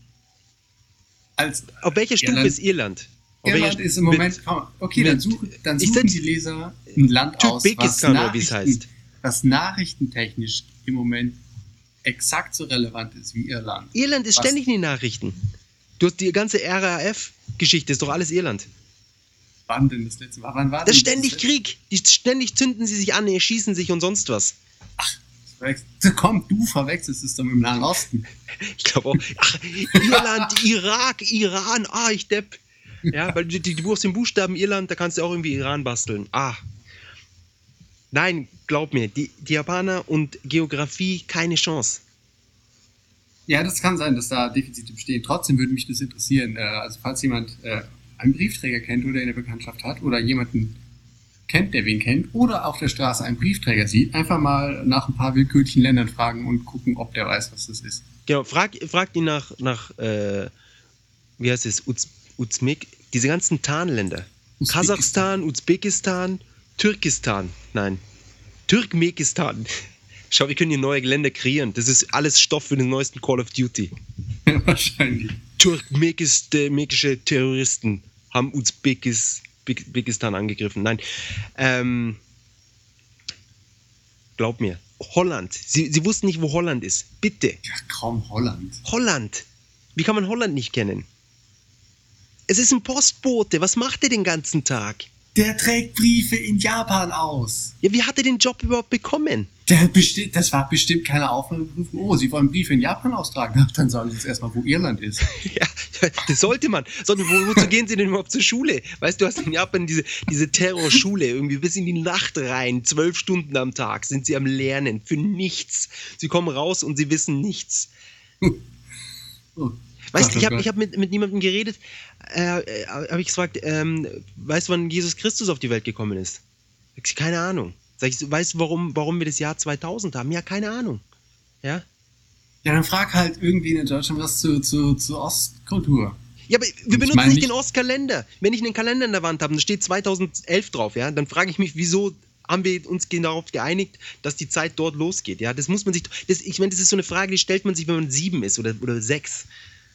Als auf welcher Stufe Irland- ist Irland? Auf Irland welcher- ist im Moment, mit- komm, okay, dann mit- suchen, dann ich suchen setz- die Leser ein Land aus, was, Türbekistan oder wie es Nachrichten, heißt. was nachrichtentechnisch im Moment exakt so relevant ist wie Irland. Irland ist Was? ständig in den Nachrichten. Du hast die ganze R A F-Geschichte, ist doch alles Irland. Wann denn das letzte Mal? Wann war Das ist denn ständig letzte- Krieg. Die ständig zünden sie sich an, schießen sich und sonst was. Komm, du verwechselst es doch mit dem Nahen Osten. Ich glaube auch. Ach, Irland, Irak, Iran, ah, ich depp. Ja, weil du, du aus den Buchstaben Irland, da kannst du auch irgendwie Iran basteln. Ah. Nein, glaub mir, die, die Japaner und Geografie, keine Chance. Ja, das kann sein, dass da Defizite bestehen. Trotzdem würde mich das interessieren. Äh, also falls jemand äh, einen Briefträger kennt oder in der Bekanntschaft hat oder jemanden kennt, der wen kennt, oder auf der Straße einen Briefträger sieht, einfach mal nach ein paar willkürlichen Ländern fragen und gucken, ob der weiß, was das ist. Genau, frag, frag ihn nach, nach äh, wie heißt es, Uz, Uzbek, diese ganzen Tarnländer. Usbekistan. Kasachstan, Usbekistan, Türkistan, nein, Turkmenistan. Schau, wir können hier neue Länder kreieren. Das ist alles Stoff für den neuesten Call of Duty. Wahrscheinlich. Turkmenische Terroristen haben Usbekis, Usbekistan angegriffen. Nein, ähm, glaub mir, Holland. Sie, sie wussten nicht, wo Holland ist. Bitte. Ja, kaum Holland. Holland. Wie kann man Holland nicht kennen? Es ist ein Postbote. Was macht er den ganzen Tag? Der trägt Briefe in Japan aus. Ja, wie hat er den Job überhaupt bekommen? Der hat bestimmt, das war bestimmt keine Aufnahmeprüfung. Oh, Sie wollen Briefe in Japan austragen? Na, dann sagen Sie jetzt erstmal, wo Irland ist. Ja, das sollte man. Sondern wo, wozu gehen sie denn überhaupt zur Schule? Weißt du, du hast in Japan diese, diese Terrorschule, irgendwie bis in die Nacht rein, zwölf Stunden am Tag sind sie am Lernen, für nichts. Sie kommen raus und sie wissen nichts. Oh, Weißt Gott, du, ich oh habe Gott. ich hab mit, mit niemandem geredet, äh, äh, habe ich gefragt, ähm, weißt du, wann Jesus Christus auf die Welt gekommen ist? Sag ich, keine Ahnung. Sag ich, weißt du, warum, warum wir das Jahr zweitausend haben? Ja, keine Ahnung. Ja? Ja, dann frag halt irgendwie in Deutschland was zu, zu, zu Ostkultur. Ja, aber wir benutzen meine nicht nicht- den Ostkalender. Wenn ich einen Kalender an der Wand habe, da steht zweitausendelf drauf, ja, dann frage ich mich, wieso haben wir uns darauf geeinigt, dass die Zeit dort losgeht, ja? Das muss man sich, das, ich meine, das ist so eine Frage, die stellt man sich, wenn man sieben ist oder, oder sechs.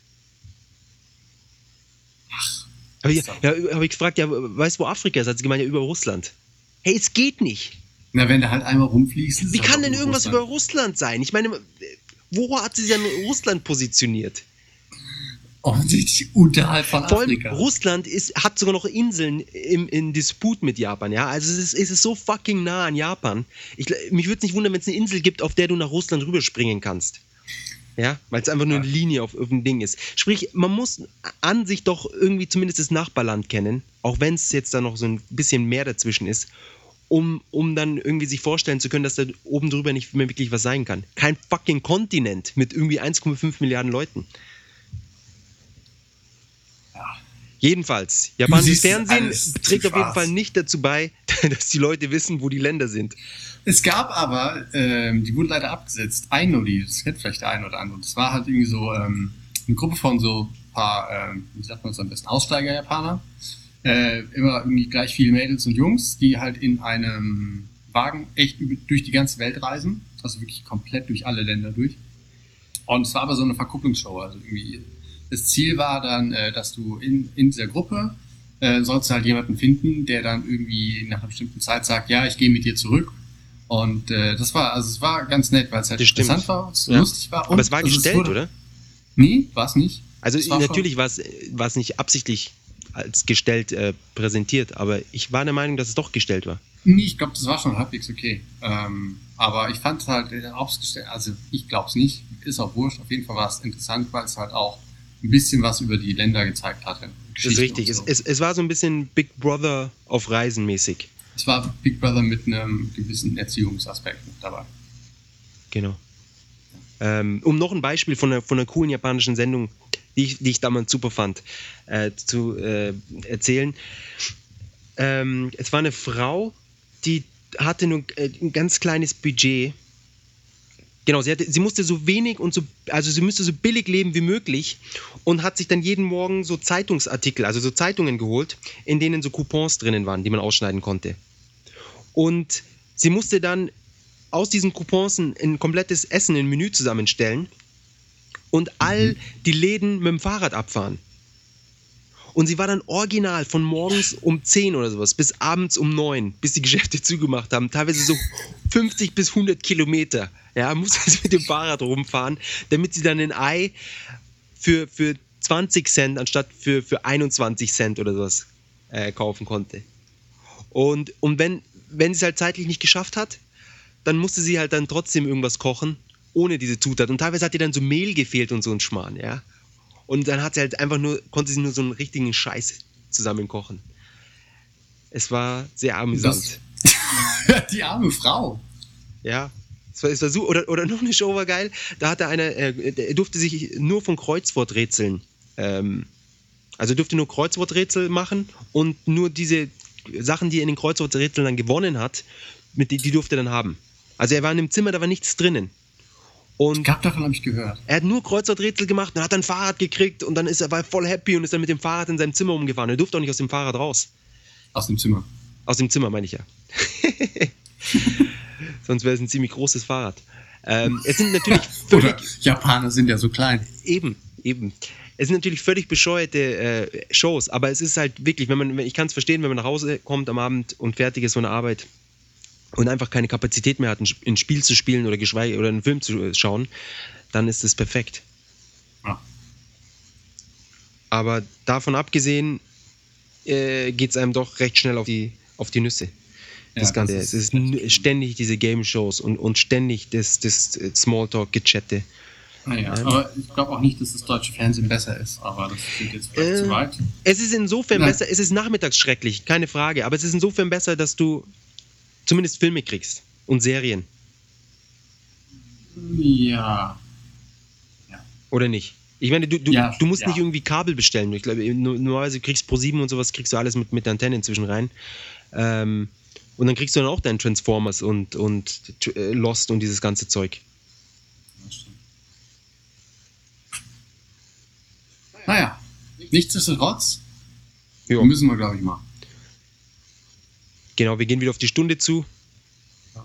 Aber ja, ja, habe ich gefragt, ja, weißt du, wo Afrika ist? Hat sie gemeint, ja, über Russland. Hey, es geht nicht. Na, wenn du halt einmal rumfliegst. ist Wie es kann halt denn auch irgendwas Russland. über Russland sein? Ich meine, wo hat sie sich an Russland positioniert? Offensichtlich unterhalb von Vor allem Afrika. Russland ist, hat sogar noch Inseln im, in Disput mit Japan, ja. Also es ist, es ist so fucking nah an Japan. Ich, mich würde es nicht wundern, wenn es eine Insel gibt, auf der du nach Russland rüberspringen kannst. Ja, weil es einfach nur eine Linie auf irgendein Ding ist. Sprich, man muss an sich doch irgendwie zumindest das Nachbarland kennen, auch wenn es jetzt da noch so ein bisschen mehr dazwischen ist, um, um dann irgendwie sich vorstellen zu können, dass da oben drüber nicht mehr wirklich was sein kann. Kein fucking Kontinent mit irgendwie eins Komma fünf Milliarden Leuten. Jedenfalls, japanisches siehst es Fernsehen alles zu trägt auf jeden schwarz. Fall nicht dazu bei, dass die Leute wissen, wo die Länder sind. Es gab aber, ähm, die wurde leider abgesetzt, Ainoli, das kennt vielleicht der eine oder andere. Das war halt irgendwie so ähm, eine Gruppe von so ein paar, ähm, wie sagt man es am besten, Aussteiger-Japaner. Äh, immer irgendwie gleich viele Mädels und Jungs, die halt in einem Wagen echt über, durch die ganze Welt reisen. Also wirklich komplett durch alle Länder durch. Und es war aber so eine Verkupplungsshow. Also irgendwie das Ziel war dann, äh, dass du in, in dieser Gruppe äh, sollst du halt jemanden finden, der dann irgendwie nach einer bestimmten Zeit sagt, ja, ich gehe mit dir zurück. Und äh, das war, also es war ganz nett, weil es halt Das stimmt. interessant war, es Ja. lustig war. Und Aber es war also gestellt, wurde, oder? Nee, war es nicht. Also Es war natürlich war es, war es nicht absichtlich als gestellt äh, präsentiert, aber ich war der Meinung, dass es doch gestellt war. Schon, nee, ich glaube, das war schon halbwegs okay. Ähm, aber ich fand es halt, äh, ob's gestellt, also ich glaube es nicht, ist auch wurscht. Auf jeden Fall war es interessant, weil es halt auch ein bisschen was über die Länder gezeigt hatte. Das ist richtig. So. Es, es, es war so ein bisschen Big Brother auf Reisen mäßig. Es war Big Brother mit einem gewissen Erziehungsaspekt mit dabei. Genau. Ähm, um noch ein Beispiel von einer, von einer coolen japanischen Sendung, die ich, die ich damals super fand, äh, zu äh, erzählen. Ähm, es war eine Frau, die hatte nur äh, ein ganz kleines Budget Genau, sie, hatte, sie musste so wenig und so, also sie müsste so billig leben wie möglich und hat sich dann jeden Morgen so Zeitungsartikel, also so Zeitungen geholt, in denen so Coupons drinnen waren, die man ausschneiden konnte. Und sie musste dann aus diesen Coupons ein, ein komplettes Essen, ein Menü zusammenstellen und all die Läden mit dem Fahrrad abfahren. Und sie war dann original von morgens um zehn oder sowas bis abends um neun, bis die Geschäfte zugemacht haben, teilweise so fünfzig bis hundert Kilometer. Ja, musste sie mit dem Fahrrad rumfahren, damit sie dann ein Ei für, für zwanzig Cent anstatt für, für einundzwanzig Cent oder sowas äh, kaufen konnte. Und, und wenn, wenn sie es halt zeitlich nicht geschafft hat, dann musste sie halt dann trotzdem irgendwas kochen, ohne diese Zutat. Und teilweise hat ihr dann so Mehl gefehlt und so ein Schmarrn, ja. Und dann hat sie halt einfach nur, konnte sie nur so einen richtigen Scheiß zusammen kochen. Es war sehr amüsant. Das, die arme Frau. Ja. Es war, es war so, oder, oder noch eine Show war geil, da hatte einer, äh, er durfte sich nur von Kreuzworträtseln, ähm, also durfte nur Kreuzworträtsel machen und nur diese Sachen, die er in den Kreuzworträtseln dann gewonnen hat, mit die, die durfte er dann haben. Also er war in einem Zimmer, da war nichts drinnen. Und ich glaube, davon habe ich gehört. Er hat nur Kreuzworträtsel gemacht und hat dann ein Fahrrad gekriegt und dann ist er war voll happy und ist dann mit dem Fahrrad in seinem Zimmer umgefahren. Er durfte auch nicht aus dem Fahrrad raus. Aus dem Zimmer. Aus dem Zimmer, meine ich ja. Sonst wäre es ein ziemlich großes Fahrrad. Ähm, es sind natürlich völlig, Oder Japaner sind ja so klein. Eben, eben. Es sind natürlich völlig bescheuerte äh, Shows, aber es ist halt wirklich, wenn man, ich kann es verstehen, wenn man nach Hause kommt am Abend und fertig ist von der Arbeit und einfach keine Kapazität mehr hat, ein Spiel zu spielen oder geschweige oder einen Film zu schauen, dann ist es perfekt. Ja. Aber davon abgesehen äh, geht es einem doch recht schnell auf die, auf die Nüsse. Das ja, Ganze. Das ist, es ist ständig diese Game-Shows und, und ständig das, das Smalltalk-Gechatte. Naja, ähm, aber ich glaube auch nicht, dass das deutsche Fernsehen besser ist, aber das geht jetzt vielleicht äh, zu weit. Es ist insofern Nein. besser, es ist nachmittags schrecklich, keine Frage, aber es ist insofern besser, dass du zumindest Filme kriegst und Serien. Ja. ja. Oder nicht? Ich meine, du, du, ja, du musst ja. nicht irgendwie Kabel bestellen. Ich glaube, normalerweise kriegst du Pro sieben und sowas, kriegst du alles mit, mit der Antenne inzwischen rein. Ähm, und dann kriegst du dann auch deinen Transformers und, und äh, Lost und dieses ganze Zeug. Naja, nichtsdestotrotz jo. müssen wir, glaube ich, mal. Genau, wir gehen wieder auf die Stunde zu. Ja.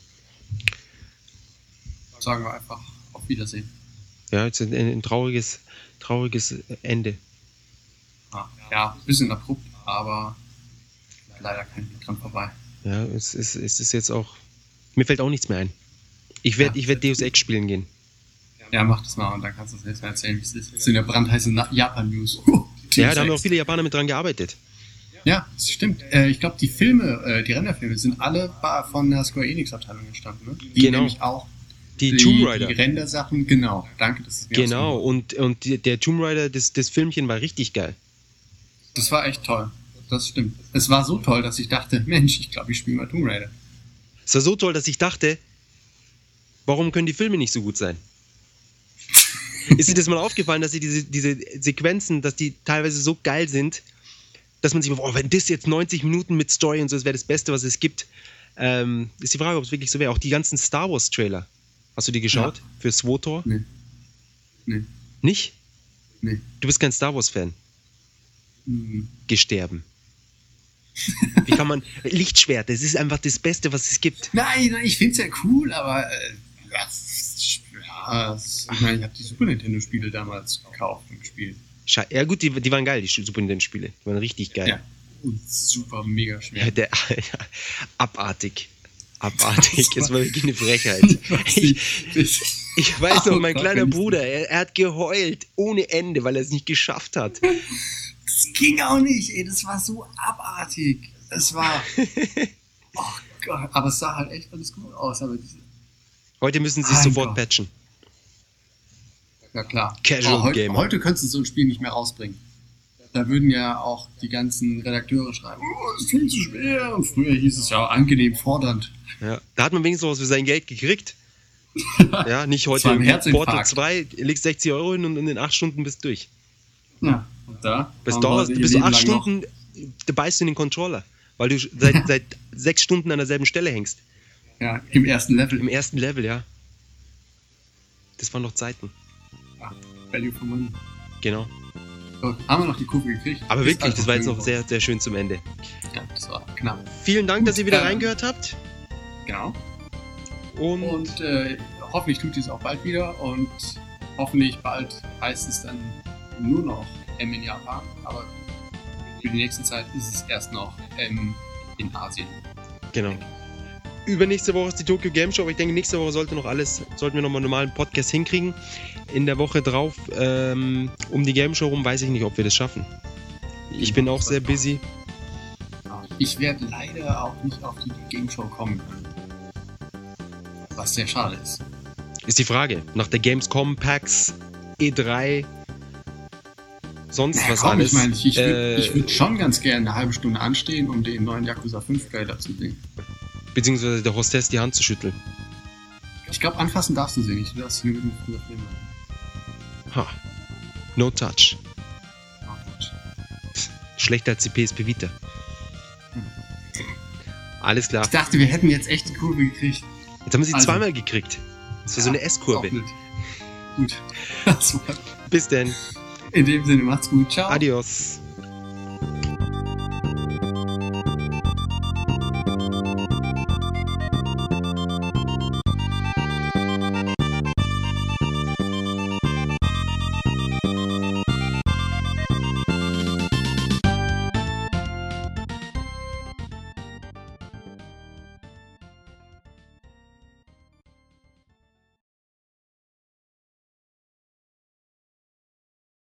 Sagen wir einfach auf Wiedersehen. Ja, jetzt ein, ein trauriges, trauriges Ende. Ja, ja, ein bisschen abrupt, aber leider kein Weg dran vorbei. Ja, es ist, es ist jetzt auch... Mir fällt auch nichts mehr ein. Ich werde ja, ich werd Deus Ex spielen gehen. Ja, mach das mal und dann kannst du das jetzt mal erzählen, wie es ist. Das sind ja brandheiße Japan-News. Ja, da haben auch viele Japaner mit dran gearbeitet. Ja, das stimmt. Äh, ich glaube, die Filme, äh, die Renderfilme sind alle von der Square Enix-Abteilung entstanden. Ne? Die genau. nämlich auch die, die Tomb Raider. Die Render-Sachen, genau. Danke, dass es mir Genau, und, und die, der Tomb Raider, das, das Filmchen war richtig geil. Das war echt toll. Das stimmt. Es war so toll, dass ich dachte, Mensch, ich glaube, ich spiele mal Tomb Raider. Es war so toll, dass ich dachte, warum können die Filme nicht so gut sein? Ist dir das mal aufgefallen, dass sie diese, diese Sequenzen, dass die teilweise so geil sind, dass man sich, oh, wenn das jetzt neunzig Minuten mit Story und so, das wäre das Beste, was es gibt. Ähm, ist die Frage, ob es wirklich so wäre. Auch die ganzen Star Wars Trailer. Hast du die geschaut? Ja. Für SWTOR? Nee. Nee. Nicht? Nee. Du bist kein Star Wars Fan? Mhm. Gesterben. Wie kann man... Lichtschwert, das ist einfach das Beste, was es gibt. Nein, nein, ich finde es ja cool, aber... Äh, ja, ja, ich meine, ich habe die Super Nintendo-Spiele damals gekauft und gespielt. Sche- ja gut, die, die waren geil, die Super Nintendo-Spiele. Die waren richtig geil. Ja, und super mega schwer. Ja, der, ja, abartig. Abartig. Es war wirklich eine Frechheit. Ich, ich weiß noch, mein kleiner Bruder, er, er hat geheult ohne Ende, weil er es nicht geschafft hat. Das ging auch nicht, ey. Das war so abartig. Es war... Oh Gott, aber es sah halt echt alles gut aus. Aber diese, heute müssen sie es sofort Gott. patchen. Ja klar. Casual oh, heute, Gamer. Heute könntest du so ein Spiel nicht mehr rausbringen. Da würden ja auch die ganzen Redakteure schreiben, oh, ist viel zu schwer. Und früher hieß es ja auch angenehm fordernd. Ja, da hat man wenigstens was für sein Geld gekriegt. Ja, nicht heute Portal zwei, legst sechzig Euro hin und in den acht Stunden bist du durch. Ja, und da bis dauerst, du bist du acht Stunden, noch. Da beißt du in den Controller, weil du seit, seit sechs Stunden an derselben Stelle hängst. Ja, im ersten Level. Im ersten Level, ja. Das waren noch Zeiten. Ah, Value for Money. Genau. So, haben wir noch die Kurve gekriegt. Aber Ist wirklich, einfach das war jetzt schön noch sehr, sehr schön zum Ende. Ja, das war knapp. Vielen Dank, Gut, dass ihr wieder ähm, reingehört habt. Genau. Und, Und äh, hoffentlich tut ihr es auch bald wieder und hoffentlich bald heißt es dann nur noch M in Japan, aber für die nächste Zeit ist es erst noch M in Asien. genau. Übernächste Woche ist die Tokyo Game Show, aber ich denke, nächste Woche sollte noch alles, sollten wir nochmal einen normalen Podcast hinkriegen. In der Woche drauf, ähm, um die Game Show rum, weiß ich nicht, ob wir das schaffen. Ich bin auch sehr busy. Ich werde leider auch nicht auf die Game Show kommen können. Was sehr schade ist. Ist die Frage. Nach der Gamescom, PAX, E drei, sonst Ja, was komm, alles. ich meine, ich, ich würde äh, würd schon ganz gerne eine halbe Stunde anstehen, um den neuen Yakuza fünf Trailer zu sehen. beziehungsweise der Hostess die Hand zu schütteln. Ich glaube, anfassen darfst du sie nicht. Du darfst sie nur mit dem Fotografieren machen. Ha. No touch. Schlechter als die P S P Vita. Alles klar. Ich dachte, wir hätten jetzt echt die Kurve gekriegt. Jetzt haben wir sie Also- zweimal gekriegt. Das war so eine Auch S-Kurve. nicht. Gut. Das war- Bis denn. In dem Sinne, macht's gut. Ciao. Adios.